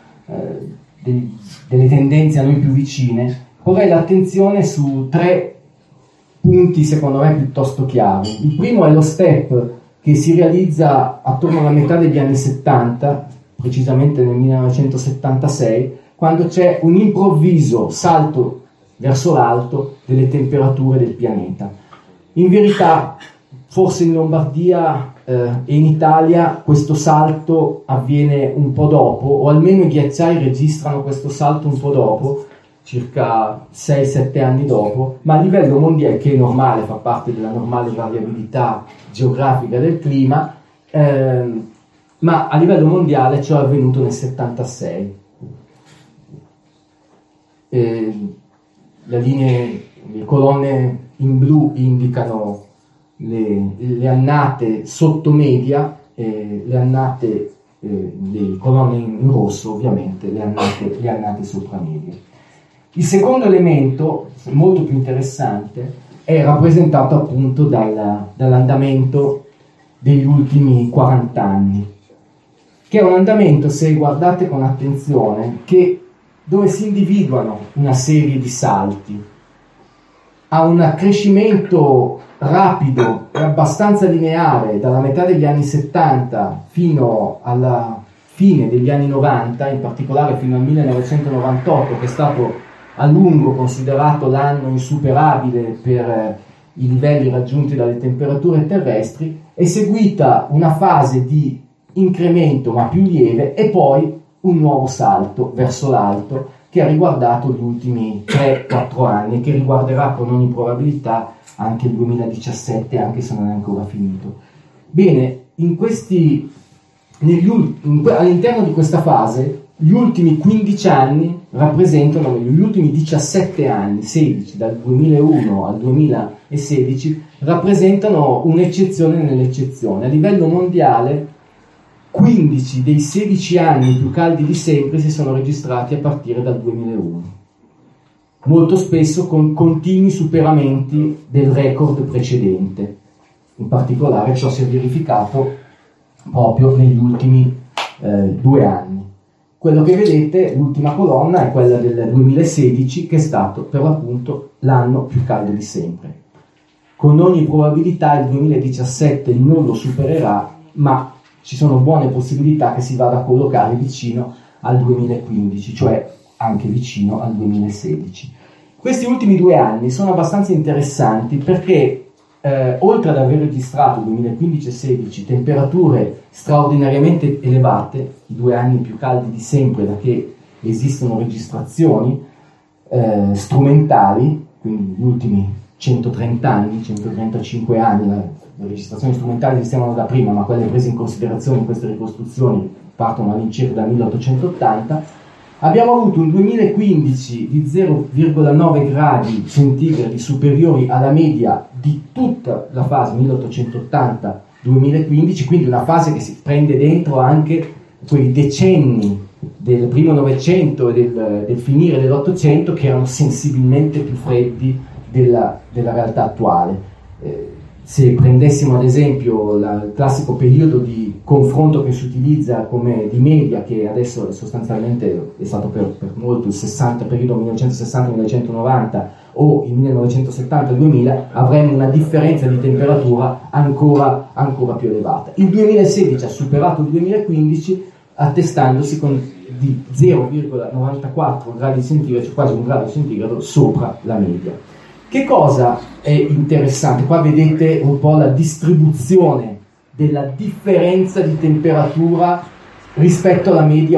delle tendenze a noi più vicine, porrei l'attenzione su tre punti secondo me piuttosto chiari. Il primo è lo step che si realizza attorno alla metà degli anni 70, precisamente nel 1976, quando c'è un improvviso salto verso l'alto delle temperature del pianeta. In verità, forse in Lombardia e in Italia questo salto avviene un po' dopo, o almeno i ghiacciai registrano questo salto un po' dopo, circa 6-7 anni dopo, ma a livello mondiale, che è normale, fa parte della normale variabilità geografica del clima, ma a livello mondiale ciò è avvenuto nel 76. Le colonne in blu indicano le annate sottomedia, le annate, le colonne in rosso ovviamente, le annate sopramedie. Il secondo elemento, molto più interessante, è rappresentato appunto dall'andamento degli ultimi 40 anni, che è un andamento, se guardate con attenzione, dove si individuano una serie di salti. Ha un crescimento rapido e abbastanza lineare dalla metà degli anni 70 fino alla fine degli anni 90, in particolare fino al 1998, che è stato a lungo considerato l'anno insuperabile per i livelli raggiunti dalle temperature terrestri. È seguita una fase di incremento ma più lieve e poi un nuovo salto verso l'alto che ha riguardato gli ultimi 3-4 anni e che riguarderà con ogni probabilità anche il 2017, anche se non è ancora finito. Bene, all'interno di questa fase gli ultimi 15 anni rappresentano, gli ultimi 17 anni, 16, dal 2001 al 2016, rappresentano un'eccezione nell'eccezione. A livello mondiale 15 dei 16 anni più caldi di sempre si sono registrati a partire dal 2001, molto spesso con continui superamenti del record precedente. In particolare ciò si è verificato proprio negli ultimi 2 anni. Quello che vedete, l'ultima colonna, è quella del 2016, che è stato per l'appunto l'anno più caldo di sempre. Con ogni probabilità il 2017 non lo supererà, ma ci sono buone possibilità che si vada a collocare vicino al 2015, cioè anche vicino al 2016. Questi ultimi 2 anni sono abbastanza interessanti perché oltre ad aver registrato 2015 e 2016 temperature straordinariamente elevate, i 2 anni più caldi di sempre da che esistono registrazioni strumentali, quindi gli ultimi 130 anni, 135 anni, le registrazioni strumentali esistevano da prima, ma quelle prese in considerazione in queste ricostruzioni partono all'incirca dal 1880, abbiamo avuto un 2015 di 0,9 gradi centigradi superiori alla media di tutta la fase 1880-2015, quindi una fase che si prende dentro anche quei decenni del primo Novecento e del finire dell'Ottocento che erano sensibilmente più freddi della realtà attuale. Se prendessimo ad esempio il classico periodo di confronto che si utilizza come di media, che adesso sostanzialmente è stato per molto il periodo 1960-1990 o il 1970-2000, avremmo una differenza di temperatura ancora più elevata. Il 2016 ha superato il 2015 attestandosi di 0,94 gradi centigradi, cioè quasi 1 grado centigrado sopra la media. Che cosa è interessante? Qua vedete un po' la distribuzione della differenza di temperatura rispetto alla media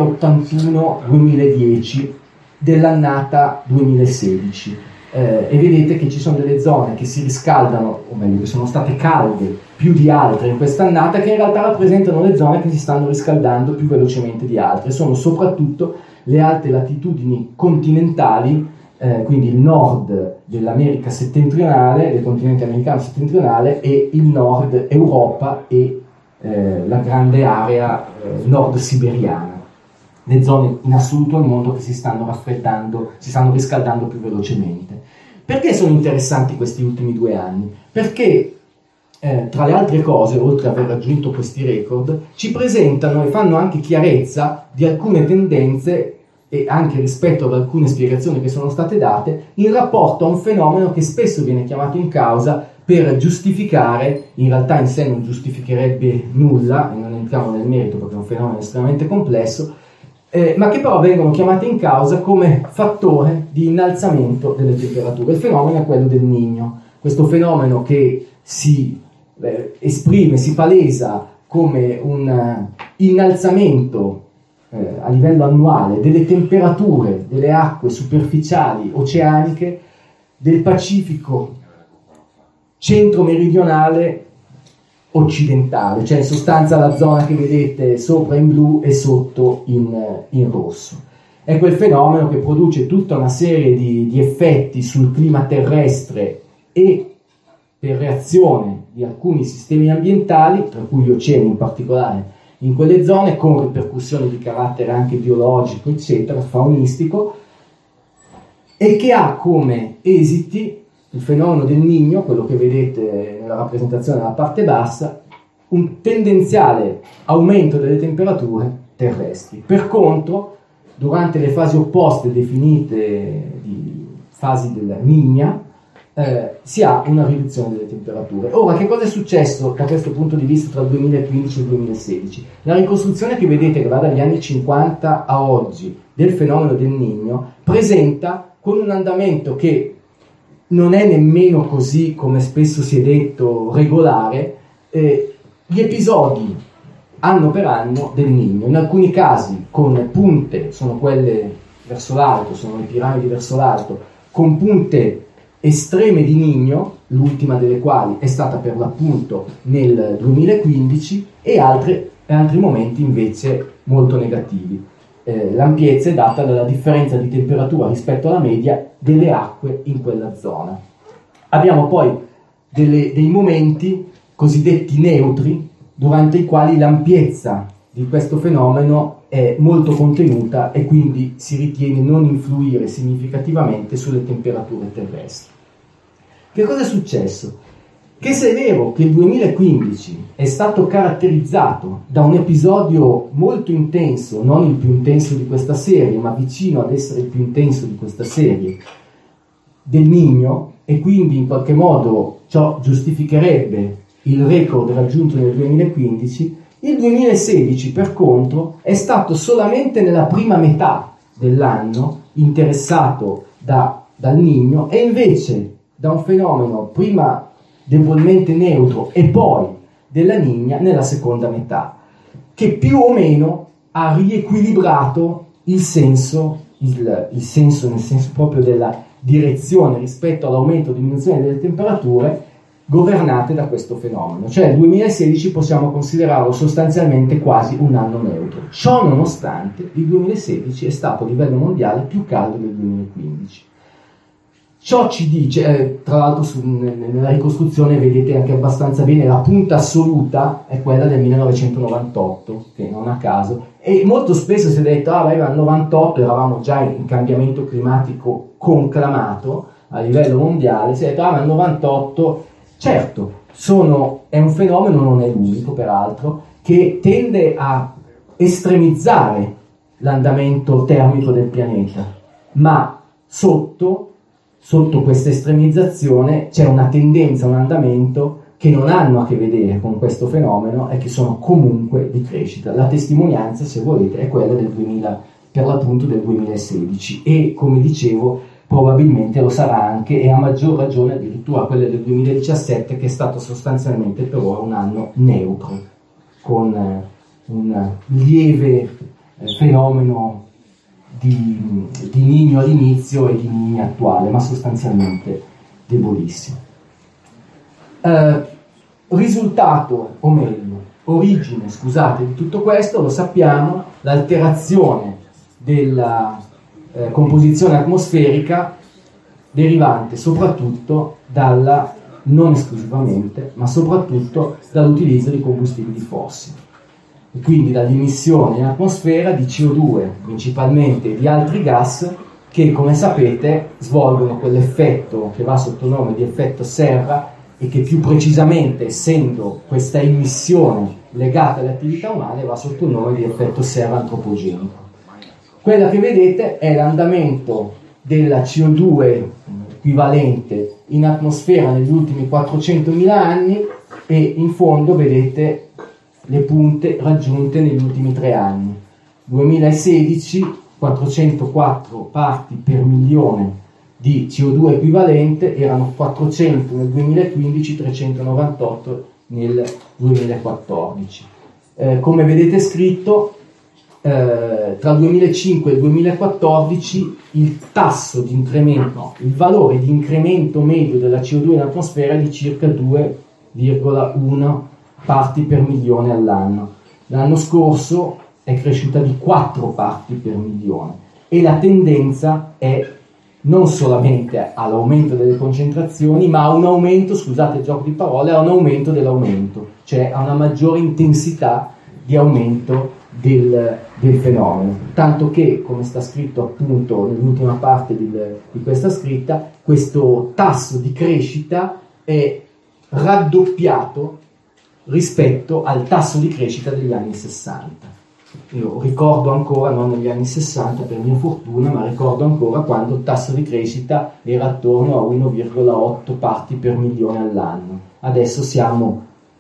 81-2010 dell'annata 2016. E vedete che ci sono delle zone che si riscaldano, o meglio che sono state calde più di altre in questa annata, che in realtà rappresentano le zone che si stanno riscaldando più velocemente di altre. Sono soprattutto le alte latitudini continentali, quindi il nord dell'America settentrionale, del continente americano settentrionale, e il nord Europa e la grande area nord siberiana, le zone in assoluto al mondo che si stanno raffreddando, si stanno riscaldando più velocemente. Perché sono interessanti questi ultimi 2 anni? Perché tra le altre cose, oltre ad aver raggiunto questi record, ci presentano e fanno anche chiarezza di alcune tendenze e anche rispetto ad alcune spiegazioni che sono state date, in rapporto a un fenomeno che spesso viene chiamato in causa per giustificare, in realtà in sé non giustificherebbe nulla, e non entriamo nel merito perché è un fenomeno estremamente complesso, ma che però vengono chiamati in causa come fattore di innalzamento delle temperature. Il fenomeno è quello del Niño, questo fenomeno che si esprime, si palesa come un innalzamento a livello annuale delle temperature delle acque superficiali oceaniche del Pacifico centro-meridionale occidentale, cioè in sostanza la zona che vedete sopra in blu e sotto in rosso. È quel fenomeno che produce tutta una serie di effetti sul clima terrestre e per reazione di alcuni sistemi ambientali, tra cui gli oceani in particolare in quelle zone, con ripercussioni di carattere anche biologico, eccetera, faunistico, e che ha come esiti il fenomeno del Niño, quello che vedete nella rappresentazione della parte bassa, un tendenziale aumento delle temperature terrestri. Per contro, durante le fasi opposte definite di fasi della Niña, si ha una riduzione delle temperature. Ora, che cosa è successo da questo punto di vista tra il 2015 e il 2016? La ricostruzione che vedete, che va dagli anni 50 a oggi, del fenomeno del Niño, presenta con un andamento che non è nemmeno così, come spesso si è detto, regolare, gli episodi anno per anno del Niño, in alcuni casi con punte, sono quelle verso l'alto, sono le piramidi verso l'alto, con punte estreme di Niño, l'ultima delle quali è stata per l'appunto nel 2015, e altri momenti invece molto negativi. L'ampiezza è data dalla differenza di temperatura rispetto alla media delle acque in quella zona. Abbiamo poi dei momenti cosiddetti neutri, durante i quali l'ampiezza di questo fenomeno è molto contenuta e quindi si ritiene non influire significativamente sulle temperature terrestri. Che cosa è successo? Che se è vero che il 2015 è stato caratterizzato da un episodio molto intenso, non il più intenso di questa serie, ma vicino ad essere il più intenso di questa serie, del Niño, e quindi in qualche modo ciò giustificherebbe il record raggiunto nel 2015, il 2016 per contro è stato solamente nella prima metà dell'anno interessato dal Niño, e invece da un fenomeno prima debolmente neutro e poi della Niña nella seconda metà, che più o meno ha riequilibrato il senso nel senso proprio della direzione rispetto all'aumento o diminuzione delle temperature governate da questo fenomeno. Cioè il 2016 possiamo considerarlo sostanzialmente quasi un anno neutro. Ciò nonostante il 2016 è stato a livello mondiale più caldo del 2015. Ciò ci dice, tra l'altro nella ricostruzione vedete anche abbastanza bene, la punta assoluta è quella del 1998, che non a caso, e molto spesso si è detto, nel 98 eravamo già in cambiamento climatico conclamato a livello mondiale, si è detto, nel 98, certo, è un fenomeno, non è l'unico peraltro, che tende a estremizzare l'andamento termico del pianeta, ma sotto questa estremizzazione c'è una tendenza, un andamento che non hanno a che vedere con questo fenomeno e che sono comunque di crescita. La testimonianza, se volete, è quella per l'appunto del 2016 e, come dicevo, probabilmente lo sarà anche, e a maggior ragione addirittura quella del 2017, che è stato sostanzialmente per ora un anno neutro, con un lieve fenomeno di Niño all'inizio e di Niña attuale, ma sostanzialmente debolissimo. Risultato, o meglio, origine, di tutto questo, lo sappiamo, l'alterazione della composizione atmosferica derivante soprattutto non esclusivamente, ma soprattutto dall'utilizzo di combustibili fossili. E quindi dall'emissione in atmosfera di CO2 principalmente e di altri gas che, come sapete, svolgono quell'effetto che va sotto il nome di effetto serra e che più precisamente, essendo questa emissione legata alle attività umane, va sotto il nome di effetto serra antropogenico. Quella che vedete è l'andamento della CO2 equivalente in atmosfera negli ultimi 400.000 anni, e in fondo vedete le punte raggiunte negli ultimi 3 anni. 2016 404 parti per milione di CO2 equivalente, erano 400 nel 2015, 398 nel 2014. Come vedete scritto, tra il 2005 e il 2014 il tasso di incremento, il valore di incremento medio della CO2 in atmosfera è di circa 2,1 parti per milione all'anno. L'anno scorso è cresciuta di 4 parti per milione, e la tendenza è non solamente all'aumento delle concentrazioni, ma a un aumento, scusate il gioco di parole, a un aumento dell'aumento, cioè a una maggiore intensità di aumento del fenomeno. Tanto che, come sta scritto appunto nell'ultima parte di questa scritta, questo tasso di crescita è raddoppiato rispetto al tasso di crescita degli anni 60. Io ricordo ancora, non negli anni 60 per mia fortuna, ma ricordo ancora quando il tasso di crescita era attorno a 1,8 parti per milione all'anno. Adesso siamo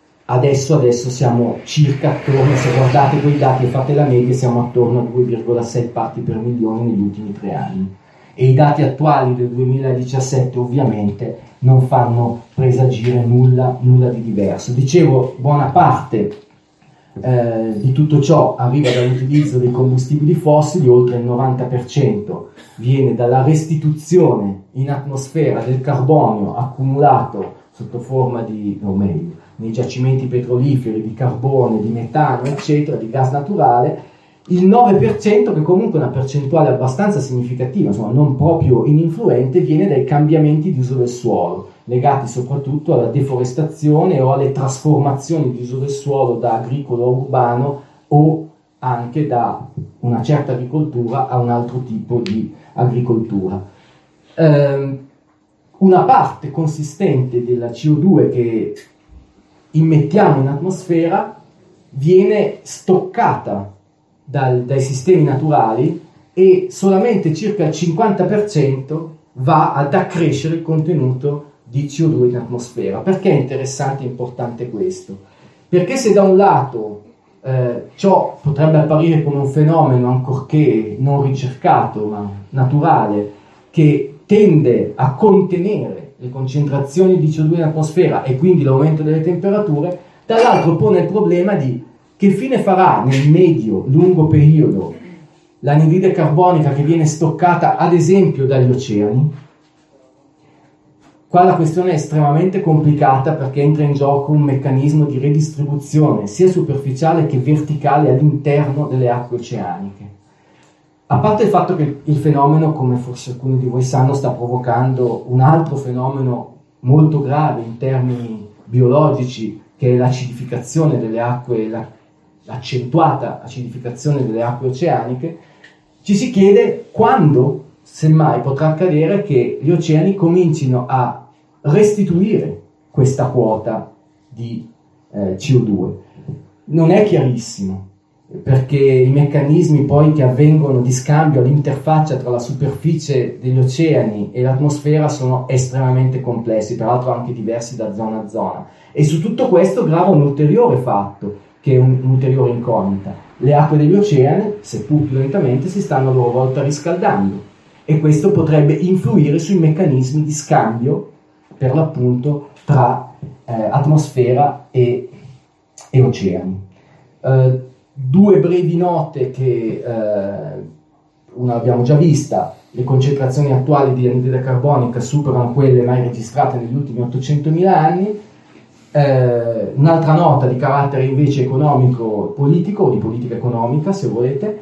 circa attorno, se guardate quei dati e fate la media, siamo attorno a 2,6 parti per milione negli ultimi 3 anni. E i dati attuali del 2017 ovviamente non fanno presagire nulla di diverso. Dicevo, buona parte di tutto ciò arriva dall'utilizzo dei combustibili fossili, oltre il 90% viene dalla restituzione in atmosfera del carbonio accumulato sotto forma di, o meglio, nei giacimenti petroliferi di carbone, di metano, eccetera, di gas naturale. Il 9%, che comunque è una percentuale abbastanza significativa, insomma non proprio ininfluente, viene dai cambiamenti di uso del suolo, legati soprattutto alla deforestazione o alle trasformazioni di uso del suolo da agricolo a urbano, o anche da una certa agricoltura a un altro tipo di agricoltura. Una parte consistente della CO2 che immettiamo in atmosfera viene stoccata dai sistemi naturali, e solamente circa il 50% va ad accrescere il contenuto di CO2 in atmosfera. Perché è interessante e importante questo? Perché se da un lato ciò potrebbe apparire come un fenomeno ancorché non ricercato ma naturale, che tende a contenere le concentrazioni di CO2 in atmosfera e quindi l'aumento delle temperature, dall'altro pone il problema di che fine farà nel medio-lungo periodo l'anidride carbonica che viene stoccata ad esempio dagli oceani. Qua la questione è estremamente complicata, perché entra in gioco un meccanismo di redistribuzione sia superficiale che verticale all'interno delle acque oceaniche. A parte il fatto che il fenomeno, come forse alcuni di voi sanno, sta provocando un altro fenomeno molto grave in termini biologici, che è l'acidificazione delle acque, l'accentuata acidificazione delle acque oceaniche, ci si chiede quando, semmai, potrà accadere che gli oceani comincino a restituire questa quota di CO2. Non è chiarissimo, perché i meccanismi poi che avvengono di scambio all'interfaccia tra la superficie degli oceani e l'atmosfera sono estremamente complessi, peraltro anche diversi da zona a zona. E su tutto questo grava un ulteriore fatto, che è un'ulteriore incognita. Le acque degli oceani, seppur più lentamente, si stanno a loro volta riscaldando, e questo potrebbe influire sui meccanismi di scambio, per l'appunto, tra atmosfera e oceani. Due brevi note che una l'abbiamo già vista: le concentrazioni attuali di anidride carbonica superano quelle mai registrate negli ultimi 800.000 anni. Un'altra nota di carattere invece economico-politico, o di politica economica se volete,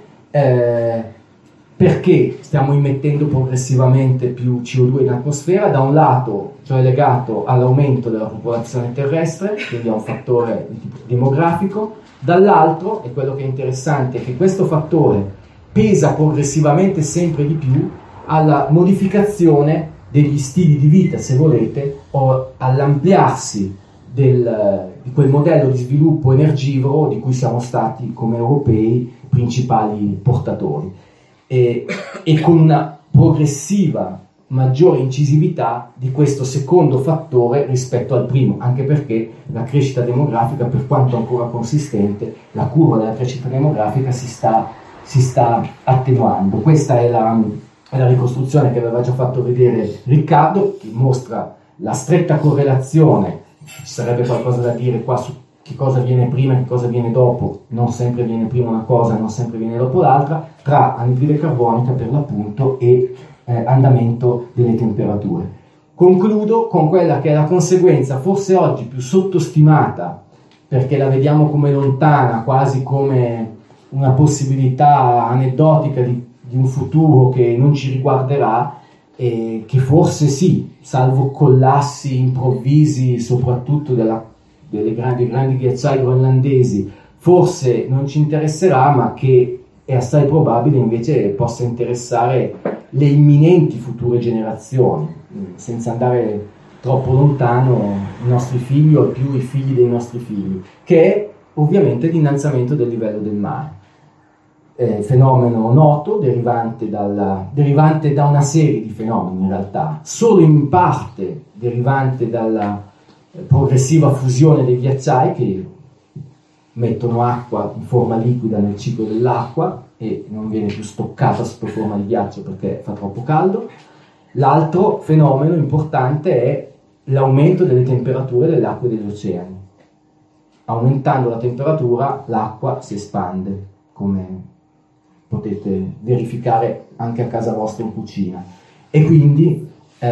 perché stiamo immettendo progressivamente più CO2 in atmosfera. Da un lato, cioè legato all'aumento della popolazione terrestre, quindi a un fattore di tipo demografico; dall'altro, e quello che è interessante, è che questo fattore pesa progressivamente sempre di più alla modificazione degli stili di vita, se volete, o all'ampliarsi di quel modello di sviluppo energivoro di cui siamo stati come europei principali portatori. e con una progressiva maggiore incisività di questo secondo fattore rispetto al primo, anche perché la crescita demografica, per quanto ancora consistente, la curva della crescita demografica si sta attenuando. Questa è la ricostruzione che aveva già fatto vedere Riccardo, che mostra la stretta correlazione. Ci sarebbe qualcosa da dire qua su che cosa viene prima e che cosa viene dopo. Non sempre viene prima una cosa, non sempre viene dopo l'altra, tra anidride carbonica per l'appunto e andamento delle temperature. Concludo con quella che è la conseguenza forse oggi più sottostimata, perché la vediamo come lontana, quasi come una possibilità aneddotica di un futuro che non ci riguarderà, e che forse sì, salvo collassi improvvisi soprattutto dei grandi ghiacciai groenlandesi, forse non ci interesserà, ma che è assai probabile invece possa interessare le imminenti future generazioni, senza andare troppo lontano, i nostri figli o più i figli dei nostri figli, che è ovviamente l'innalzamento del livello del mare. Fenomeno noto, derivante da una serie di fenomeni in realtà, solo in parte derivante dalla progressiva fusione dei ghiacciai che mettono acqua in forma liquida nel ciclo dell'acqua e non viene più stoccata sotto forma di ghiaccio perché fa troppo caldo. L'altro fenomeno importante è l'aumento delle temperature delle acque degli oceani. Aumentando la temperatura, l'acqua si espande, come potete verificare anche a casa vostra in cucina. E quindi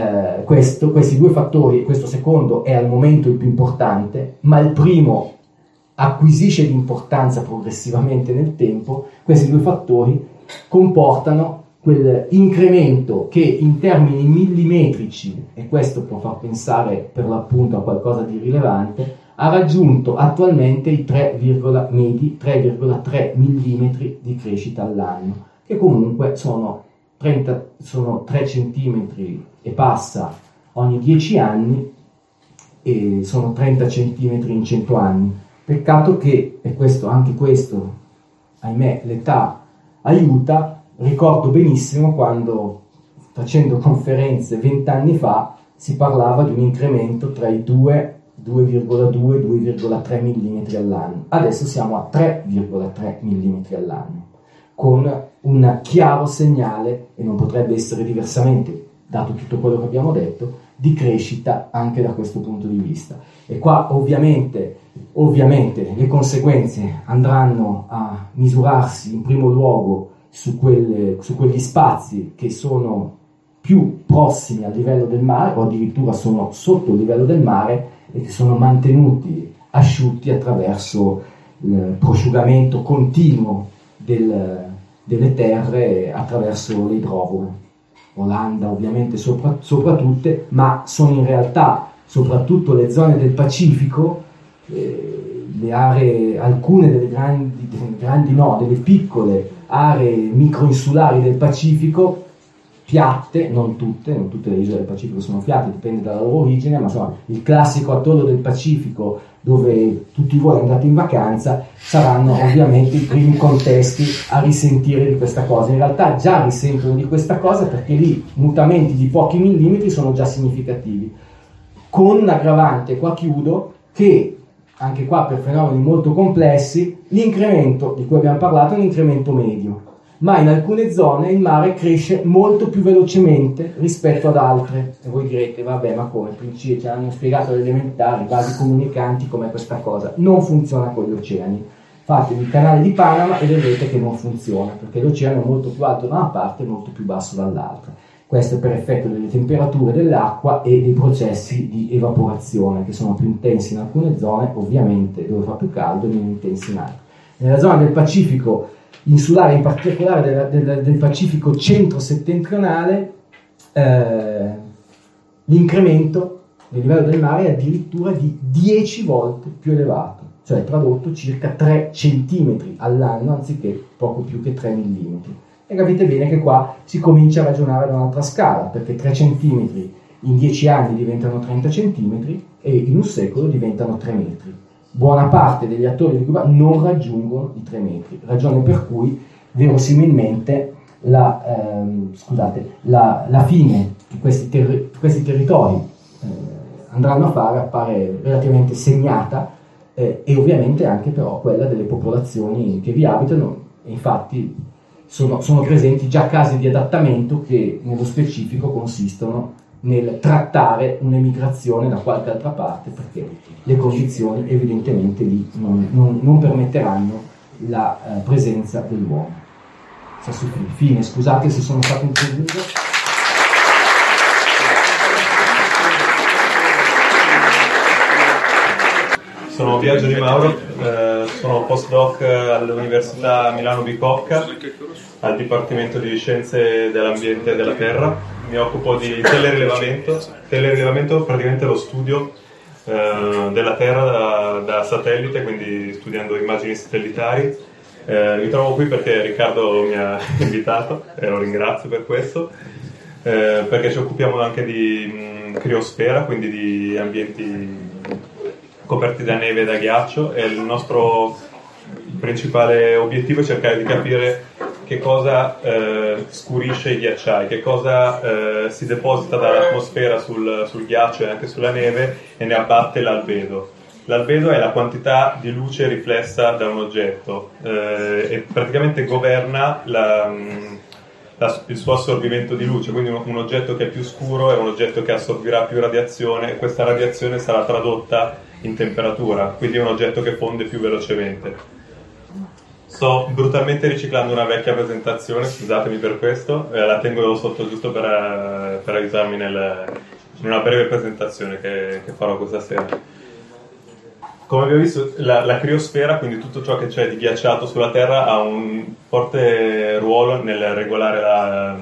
questi due fattori, questo secondo è al momento il più importante, ma il primo acquisisce di importanza progressivamente nel tempo. Questi due fattori comportano quel incremento che in termini millimetrici, e questo può far pensare per l'appunto a qualcosa di rilevante, ha raggiunto attualmente i 3,3 mm di crescita all'anno, che comunque sono 3 cm e passa ogni 10 anni, e sono 30 cm in 100 anni. Peccato che, e anche questo, ahimè, l'età aiuta. Ricordo benissimo quando, facendo conferenze 20 anni fa, si parlava di un incremento tra i 2,2-2,3 mm all'anno. Adesso siamo a 3,3 mm all'anno, con un chiaro segnale, e non potrebbe essere diversamente, dato tutto quello che abbiamo detto, di crescita anche da questo punto di vista. E qua ovviamente le conseguenze andranno a misurarsi in primo luogo su quegli spazi che sono più prossimi al livello del mare, o addirittura sono sotto il livello del mare, e che sono mantenuti asciutti attraverso il prosciugamento continuo delle terre, attraverso le idrovore. Olanda ovviamente sopra tutte, ma sono in realtà soprattutto le zone del Pacifico, le aree, alcune delle piccole aree microinsulari del Pacifico, piatte, non tutte le isole del Pacifico sono piatte, dipende dalla loro origine, ma insomma il classico atollo del Pacifico dove tutti voi andate in vacanza saranno ovviamente i primi contesti a risentire di questa cosa. In realtà già risentono di questa cosa, perché lì mutamenti di pochi millimetri sono già significativi, con un aggravante, qua chiudo, che anche qua per fenomeni molto complessi l'incremento di cui abbiamo parlato è un incremento medio, ma in alcune zone il mare cresce molto più velocemente rispetto ad altre. E voi direte, vabbè, ma come? Ci hanno spiegato alle elementari, vasi comunicanti, com'è questa cosa? Non funziona con gli oceani. Fatevi il canale di Panama e vedrete che non funziona, perché l'oceano è molto più alto da una parte e molto più basso dall'altra. Questo è per effetto delle temperature dell'acqua e dei processi di evaporazione, che sono più intensi in alcune zone, ovviamente dove fa più caldo, e meno intensi in altre. Nella zona del Pacifico insulare, in particolare del Pacifico centro-settentrionale, l'incremento del livello del mare è addirittura di 10 volte più elevato, cioè tradotto circa 3 centimetri all'anno anziché poco più che 3 millimetri. E capite bene che qua si comincia a ragionare da un'altra scala, perché 3 centimetri in 10 anni diventano 30 centimetri e in un secolo diventano 3 metri. Buona parte degli attori di cui non raggiungono i 3 metri, ragione per cui verosimilmente la fine che questi territori andranno a fare appare relativamente segnata, e ovviamente anche però quella delle popolazioni che vi abitano. Infatti sono presenti già casi di adattamento che nello specifico consistono nel trattare un'emigrazione da qualche altra parte, perché le condizioni evidentemente lì non permetteranno la presenza dell'uomo. Fine, scusate se sono stato un po' lungo. Sono Biagio Di Mauro, sono postdoc all'Università Milano Bicocca, al Dipartimento di Scienze dell'Ambiente e della Terra. Mi occupo di telerilevamento. Telerilevamento è praticamente lo studio della Terra da satellite, quindi studiando immagini satellitari. Mi trovo qui perché Riccardo mi ha invitato e lo ringrazio per questo, perché ci occupiamo anche di criosfera, quindi di ambienti coperti da neve e da ghiaccio, e il nostro principale obiettivo è cercare di capire che cosa scurisce i ghiacciai, che cosa si deposita dall'atmosfera sul ghiaccio e anche sulla neve e ne abbatte l'albedo. L'albedo è la quantità di luce riflessa da un oggetto e praticamente governa il suo assorbimento di luce, quindi un oggetto che è più scuro è un oggetto che assorbirà più radiazione, e questa radiazione sarà tradotta in temperatura, quindi è un oggetto che fonde più velocemente. Sto brutalmente riciclando una vecchia presentazione, scusatemi per questo, la tengo sotto giusto per aiutarmi in una breve presentazione che farò questa sera. Come abbiamo visto, la criosfera, quindi tutto ciò che c'è di ghiacciato sulla Terra, ha un forte ruolo nel regolare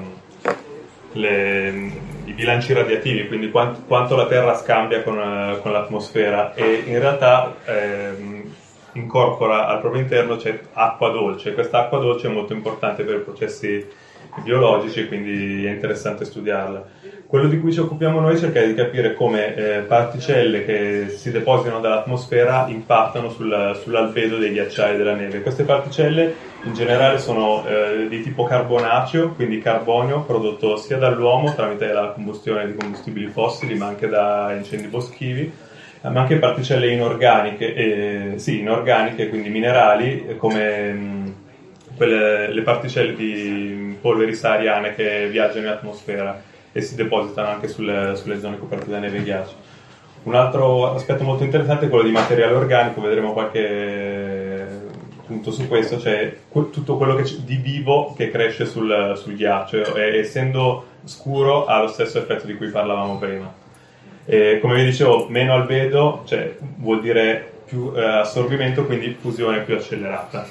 i bilanci radiativi, quindi quanto la Terra scambia con l'atmosfera, e in realtà incorpora al proprio interno c'è acqua dolce. Questa acqua dolce è molto importante per i processi biologici, quindi è interessante studiarla. Quello di cui ci occupiamo noi è cercare di capire come particelle che si depositano dall'atmosfera impattano sull'albedo dei ghiacciai della neve. Queste particelle in generale sono di tipo carbonaceo, quindi carbonio prodotto sia dall'uomo tramite la combustione di combustibili fossili, ma anche da incendi boschivi, ma anche particelle inorganiche, quindi minerali, come le particelle di polveri sahariane che viaggiano in atmosfera e si depositano anche sulle zone coperte da neve e ghiaccio. Un altro aspetto molto interessante è quello di materiale organico, vedremo qualche punto su questo, cioè tutto quello di vivo che cresce sul ghiaccio, e essendo scuro ha lo stesso effetto di cui parlavamo prima. E come vi dicevo, meno albedo, cioè vuol dire più assorbimento, quindi fusione più accelerata.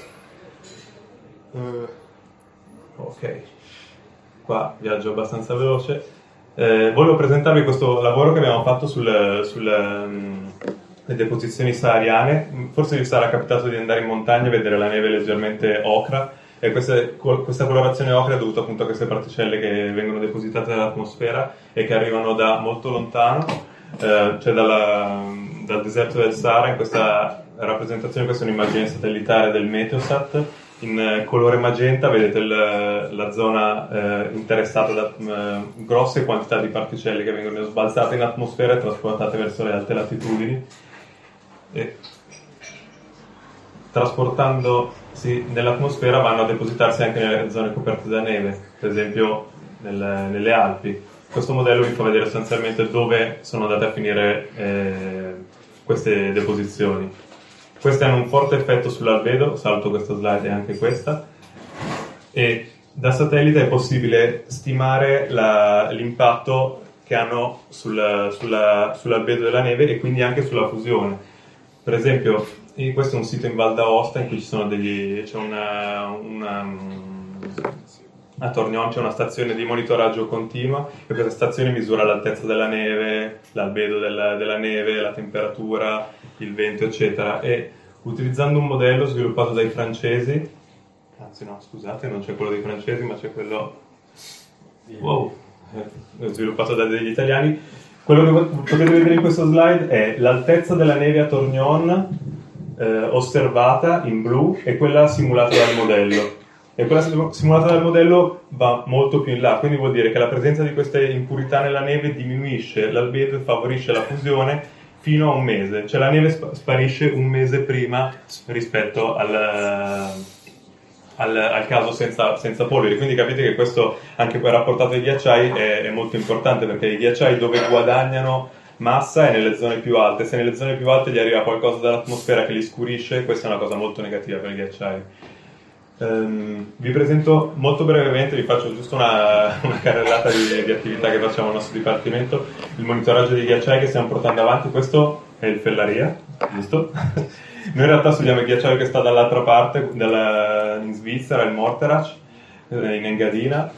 Ok, qua viaggio abbastanza veloce. Volevo presentarvi questo lavoro che abbiamo fatto sulle deposizioni sahariane. Forse vi sarà capitato di andare in montagna e vedere la neve leggermente ocra, e questa colorazione ocra è dovuta appunto a queste particelle che vengono depositate dall'atmosfera e che arrivano da molto lontano, cioè dal deserto del Sahara. In questa rappresentazione, questa è un'immagine satellitare del Meteosat. In colore magenta vedete la zona interessata da grosse quantità di particelle che vengono sbalzate in atmosfera e trasportate verso le alte latitudini, e trasportandosi nell'atmosfera vanno a depositarsi anche nelle zone coperte da neve, per esempio nelle Alpi. Questo modello vi fa vedere sostanzialmente dove sono andate a finire queste deposizioni. Queste hanno un forte effetto sull'albedo, salto questa slide e anche questa, e da satellite è possibile stimare l'impatto che hanno sull'albedo della neve e quindi anche sulla fusione. Per esempio, questo è un sito in Val d'Aosta in cui a Tornion c'è una stazione di monitoraggio continuo, e questa stazione misura l'altezza della neve, l'albedo della neve, la temperatura, il vento, eccetera, e utilizzando un modello sviluppato dai francesi, anzi no, scusate, non c'è quello dei francesi, ma c'è quello sviluppato dagli italiani. Quello che potete vedere in questo slide è l'altezza della neve a Tornion osservata in blu e quella simulata dal modello. e quella simulata dal modello va molto più in là, quindi vuol dire che la presenza di queste impurità nella neve diminuisce l'albedo e favorisce la fusione fino a un mese, cioè la neve sparisce un mese prima rispetto al caso senza polveri, quindi capite che questo anche per rapportato ai ghiacciai è molto importante, perché i ghiacciai dove guadagnano massa è nelle zone più alte, se nelle zone più alte gli arriva qualcosa dall'atmosfera che li scurisce, questa è una cosa molto negativa per i ghiacciai. Vi presento molto brevemente, vi faccio giusto una carrellata di attività che facciamo al nostro dipartimento. Il monitoraggio dei ghiacciai che stiamo portando avanti, questo è il Fellaria, giusto? Noi in realtà studiamo il ghiacciaio che sta dall'altra parte, in Svizzera, il Morteratsch, in Engadina.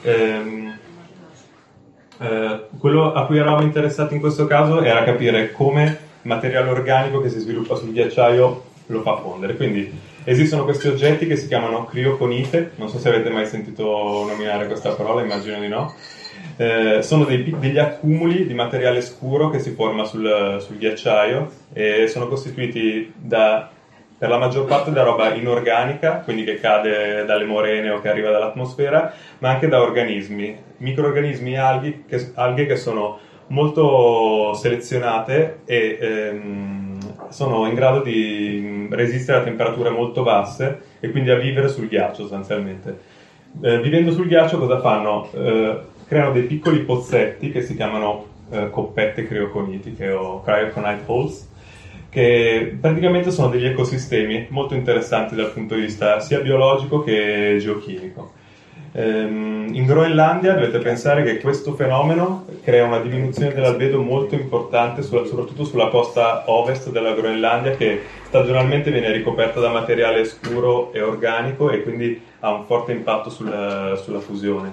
Quello a cui eravamo interessati in questo caso era capire come materiale organico che si sviluppa sul ghiacciaio lo fa fondere. Quindi esistono questi oggetti che si chiamano crioconite, non so se avete mai sentito nominare questa parola, immagino di no. Sono degli accumuli di materiale scuro che si forma sul ghiacciaio e sono costituiti per la maggior parte da roba inorganica, quindi che cade dalle morene o che arriva dall'atmosfera, ma anche da organismi, microorganismi e alghe che sono molto selezionate e sono in grado di resistere a temperature molto basse e quindi a vivere sul ghiaccio sostanzialmente. Vivendo sul ghiaccio cosa fanno? Creano dei piccoli pozzetti che si chiamano coppette crioconitiche o cryoconite holes, che praticamente sono degli ecosistemi molto interessanti dal punto di vista sia biologico che geochimico. In Groenlandia dovete pensare che questo fenomeno crea una diminuzione dell'albedo molto importante, soprattutto sulla costa ovest della Groenlandia, che stagionalmente viene ricoperta da materiale scuro e organico e quindi ha un forte impatto sulla fusione.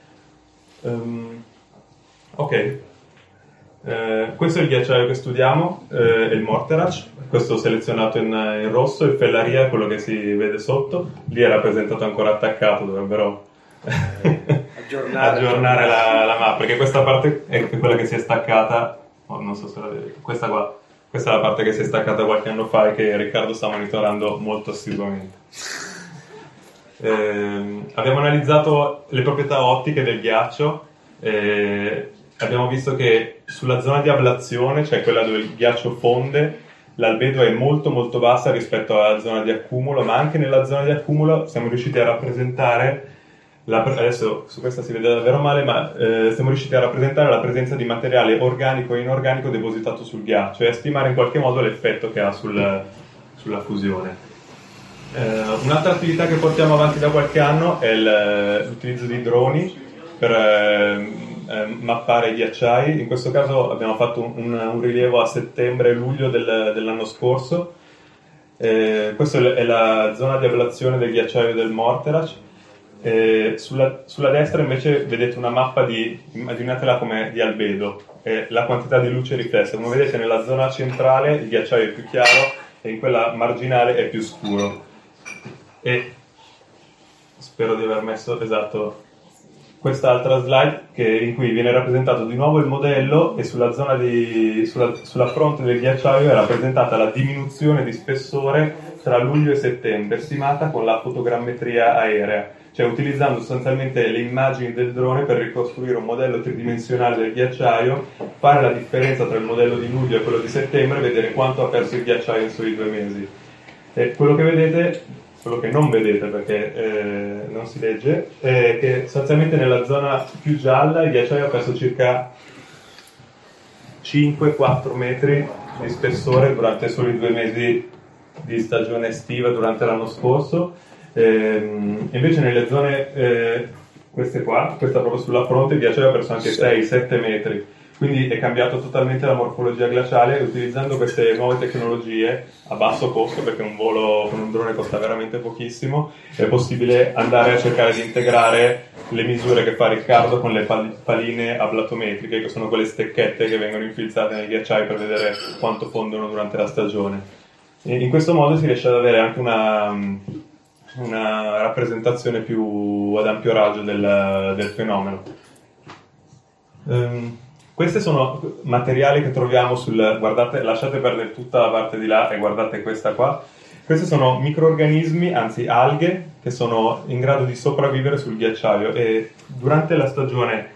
Ok. Questo è il ghiacciaio che studiamo, è il Morteratsch, questo selezionato in rosso, il Fellaria è quello che si vede sotto, lì è rappresentato ancora attaccato, dovrebbero aggiornare la mappa, perché questa parte è quella che si è staccata, non so se la vedete, questa è la parte che si è staccata qualche anno fa e che Riccardo sta monitorando molto assiduamente. Abbiamo analizzato le proprietà ottiche del ghiaccio. Abbiamo visto che sulla zona di ablazione, cioè quella dove il ghiaccio fonde, l'albedo è molto molto bassa rispetto alla zona di accumulo, ma anche nella zona di accumulo siamo riusciti a rappresentare, adesso su questa si vede davvero male, ma siamo riusciti a rappresentare la presenza di materiale organico e inorganico depositato sul ghiaccio e a stimare in qualche modo l'effetto che ha sulla fusione. Un'altra attività che portiamo avanti da qualche anno è l'utilizzo di droni per mappare i ghiacciai. In questo caso abbiamo fatto un rilievo a settembre e luglio dell'anno scorso. Questa è la zona di ablazione del ghiacciaio del Morteratsch. Sulla destra invece vedete una mappa immaginatela come di albedo, la quantità di luce riflessa. Come vedete nella zona centrale il ghiacciaio è più chiaro e in quella marginale è più scuro. E spero di aver messo esatto quest'altra slide in cui viene rappresentato di nuovo il modello e sulla fronte del ghiacciaio è rappresentata la diminuzione di spessore tra luglio e settembre, stimata con la fotogrammetria aerea, cioè utilizzando sostanzialmente le immagini del drone per ricostruire un modello tridimensionale del ghiacciaio, fare la differenza tra il modello di luglio e quello di settembre e vedere quanto ha perso il ghiacciaio in soli 2 mesi. E quello che vedete, quello che non vedete perché non si legge, è che sostanzialmente nella zona più gialla il ghiacciaio ha perso circa 5-4 metri di spessore durante soli 2 mesi di stagione estiva durante l'anno scorso. Invece nelle zone, questa proprio sulla fronte, il ghiacciaio ha perso anche 6-7 metri. Quindi è cambiato totalmente la morfologia glaciale e utilizzando queste nuove tecnologie a basso costo, perché un volo con un drone costa veramente pochissimo, è possibile andare a cercare di integrare le misure che fa Riccardo con le paline ablatometriche, che sono quelle stecchette che vengono infilzate nei ghiacciai per vedere quanto fondono durante la stagione. E in questo modo si riesce ad avere anche una rappresentazione più ad ampio raggio del fenomeno. Questi sono materiali che troviamo guardate, lasciate perdere tutta la parte di là e guardate questa qua. Questi sono microrganismi, anzi alghe, che sono in grado di sopravvivere sul ghiacciaio, e durante la stagione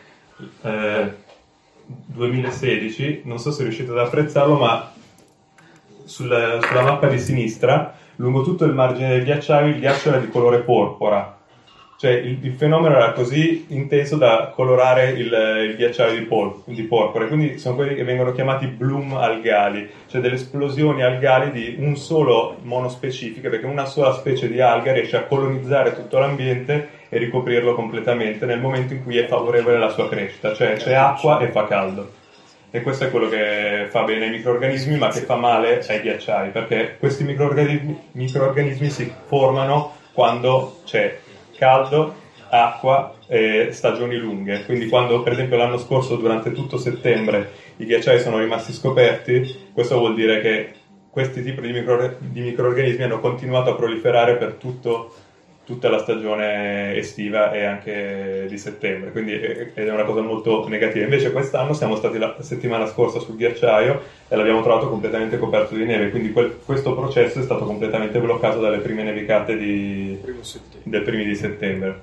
2016, non so se riuscite ad apprezzarlo, ma sulla mappa di sinistra, lungo tutto il margine del ghiacciaio, il ghiaccio era di colore porpora. Cioè il fenomeno era così intenso da colorare il ghiacciaio di porpora, quindi sono quelli che vengono chiamati bloom algali, cioè delle esplosioni algali di un solo monospecifico, perché una sola specie di alga riesce a colonizzare tutto l'ambiente e ricoprirlo completamente nel momento in cui è favorevole alla sua crescita, cioè c'è acqua e fa caldo. E questo è quello che fa bene ai microrganismi, ma che fa male ai ghiacciai, perché questi microrganismi si formano quando c'è caldo, acqua e stagioni lunghe. Quindi quando, per esempio, l'anno scorso durante tutto settembre i ghiacciai sono rimasti scoperti, questo vuol dire che questi tipi di microrganismi hanno continuato a proliferare per tutta la stagione estiva e anche di settembre, quindi ed è una cosa molto negativa. Invece quest'anno siamo stati la settimana scorsa sul ghiacciaio e l'abbiamo trovato completamente coperto di neve, quindi questo processo è stato completamente bloccato dalle prime nevicate del primi di settembre.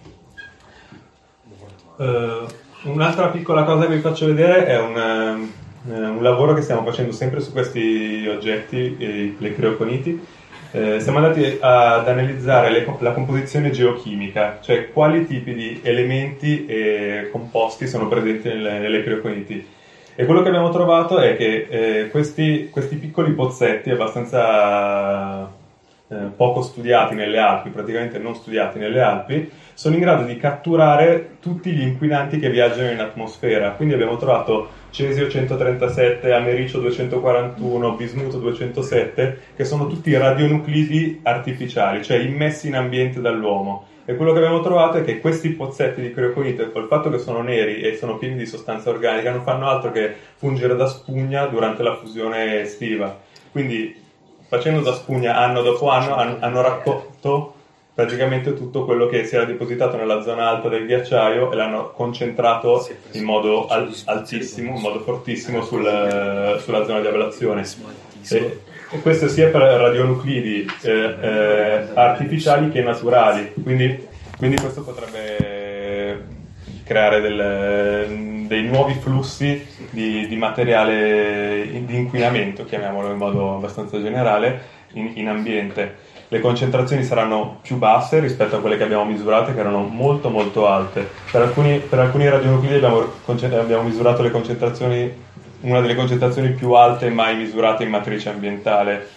Un'altra piccola cosa che vi faccio vedere è un lavoro che stiamo facendo sempre su questi oggetti, le crioconiti. Siamo andati ad analizzare la composizione geochimica, cioè quali tipi di elementi e composti sono presenti nelle crioconiti. E quello che abbiamo trovato è che questi piccoli pozzetti abbastanza poco studiati nelle Alpi, praticamente non studiati nelle Alpi, sono in grado di catturare tutti gli inquinanti che viaggiano in atmosfera. Quindi abbiamo trovato cesio 137, americio 241, bismuto 207, che sono tutti radionuclidi artificiali, cioè immessi in ambiente dall'uomo. E quello che abbiamo trovato è che questi pozzetti di crioconite, col fatto che sono neri e sono pieni di sostanza organica, non fanno altro che fungere da spugna durante la fusione estiva. Quindi, facendo da spugna anno dopo anno, hanno raccolto praticamente tutto quello che si era depositato nella zona alta del ghiacciaio e l'hanno concentrato in modo altissimo, in modo fortissimo sulla zona di ablazione. E questo sia per radionuclidi artificiali che naturali, quindi questo potrebbe creare dei nuovi flussi di materiale di inquinamento, chiamiamolo in modo abbastanza generale, in ambiente. Le concentrazioni saranno più basse rispetto a quelle che abbiamo misurato, che erano molto molto alte. Per alcuni radionuclidi abbiamo misurato le concentrazioni, una delle concentrazioni più alte mai misurate in matrice ambientale.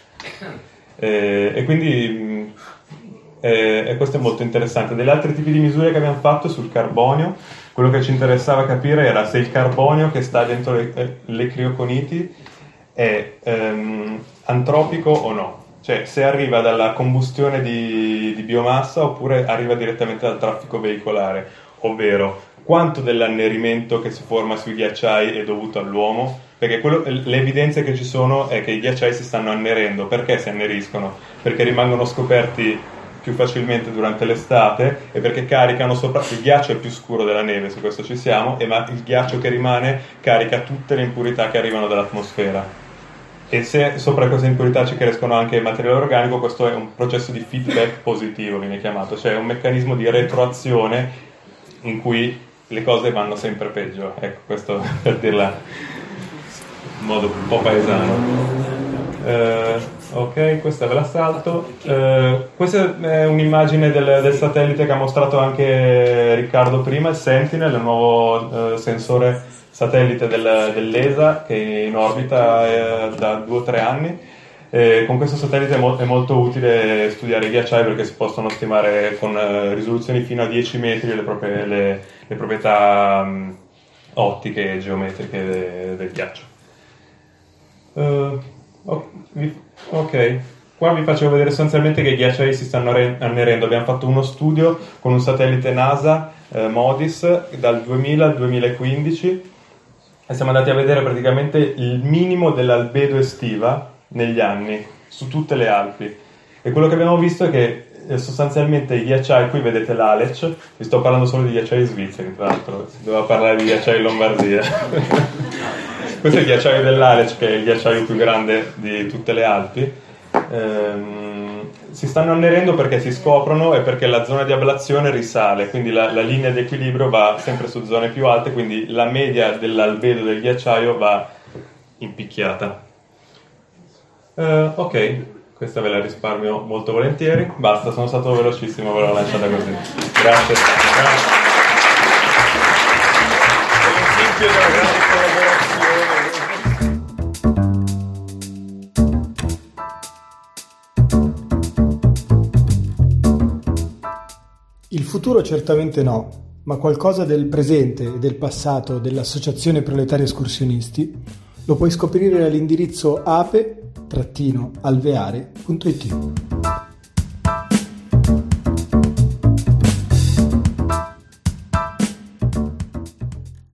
E quindi questo è molto interessante. Degli altri tipi di misure che abbiamo fatto sul carbonio, quello che ci interessava capire era se il carbonio che sta dentro le crioconiti è antropico o no. Cioè se arriva dalla combustione di biomassa oppure arriva direttamente dal traffico veicolare, ovvero quanto dell'annerimento che si forma sui ghiacciai è dovuto all'uomo, perché le evidenze che ci sono è che i ghiacciai si stanno annerendo. Perché si anneriscono? Perché rimangono scoperti più facilmente durante l'estate e perché caricano sopra. Il ghiaccio è più scuro della neve, su questo ci siamo, ma il ghiaccio che rimane carica tutte le impurità che arrivano dall'atmosfera. E se sopra queste impurità ci crescono anche materiale organico, questo è un processo di feedback positivo, viene chiamato, cioè un meccanismo di retroazione in cui le cose vanno sempre peggio. Ecco, questo per dirla in modo un po' paesano. Ok, questa ve la salto. Questa è un'immagine del satellite che ha mostrato anche Riccardo prima, il Sentinel, il nuovo sensore satellite dell'ESA che è in orbita da 2 o 3 anni. Con questo satellite è molto utile studiare i ghiacciai perché si possono stimare con risoluzioni fino a 10 metri le proprietà ottiche e geometriche del ghiaccio. Ok, qua vi faccio vedere sostanzialmente che i ghiacciai si stanno annerendo. Abbiamo fatto uno studio con un satellite NASA MODIS dal 2000 al 2015 e siamo andati a vedere praticamente il minimo dell'albedo estiva negli anni su tutte le Alpi, e quello che abbiamo visto è che sostanzialmente i ghiacciai, qui vedete l'Alec, vi sto parlando solo di ghiacciai svizzeri, tra l'altro si doveva parlare di ghiacciai in Lombardia. Questo è il ghiacciaio dell'Alec, che è il ghiacciaio più grande di tutte le Alpi, si stanno annerendo perché si scoprono e perché la zona di ablazione risale, quindi la linea di equilibrio va sempre su zone più alte, quindi la media dell'albedo del ghiacciaio va impicchiata. Ok, questa ve la risparmio molto volentieri. Basta, sono stato velocissimo, ve l'ho lanciata così. Grazie. Il futuro certamente no, ma qualcosa del presente e del passato dell'Associazione Proletari Escursionisti lo puoi scoprire all'indirizzo ape-alveare.it.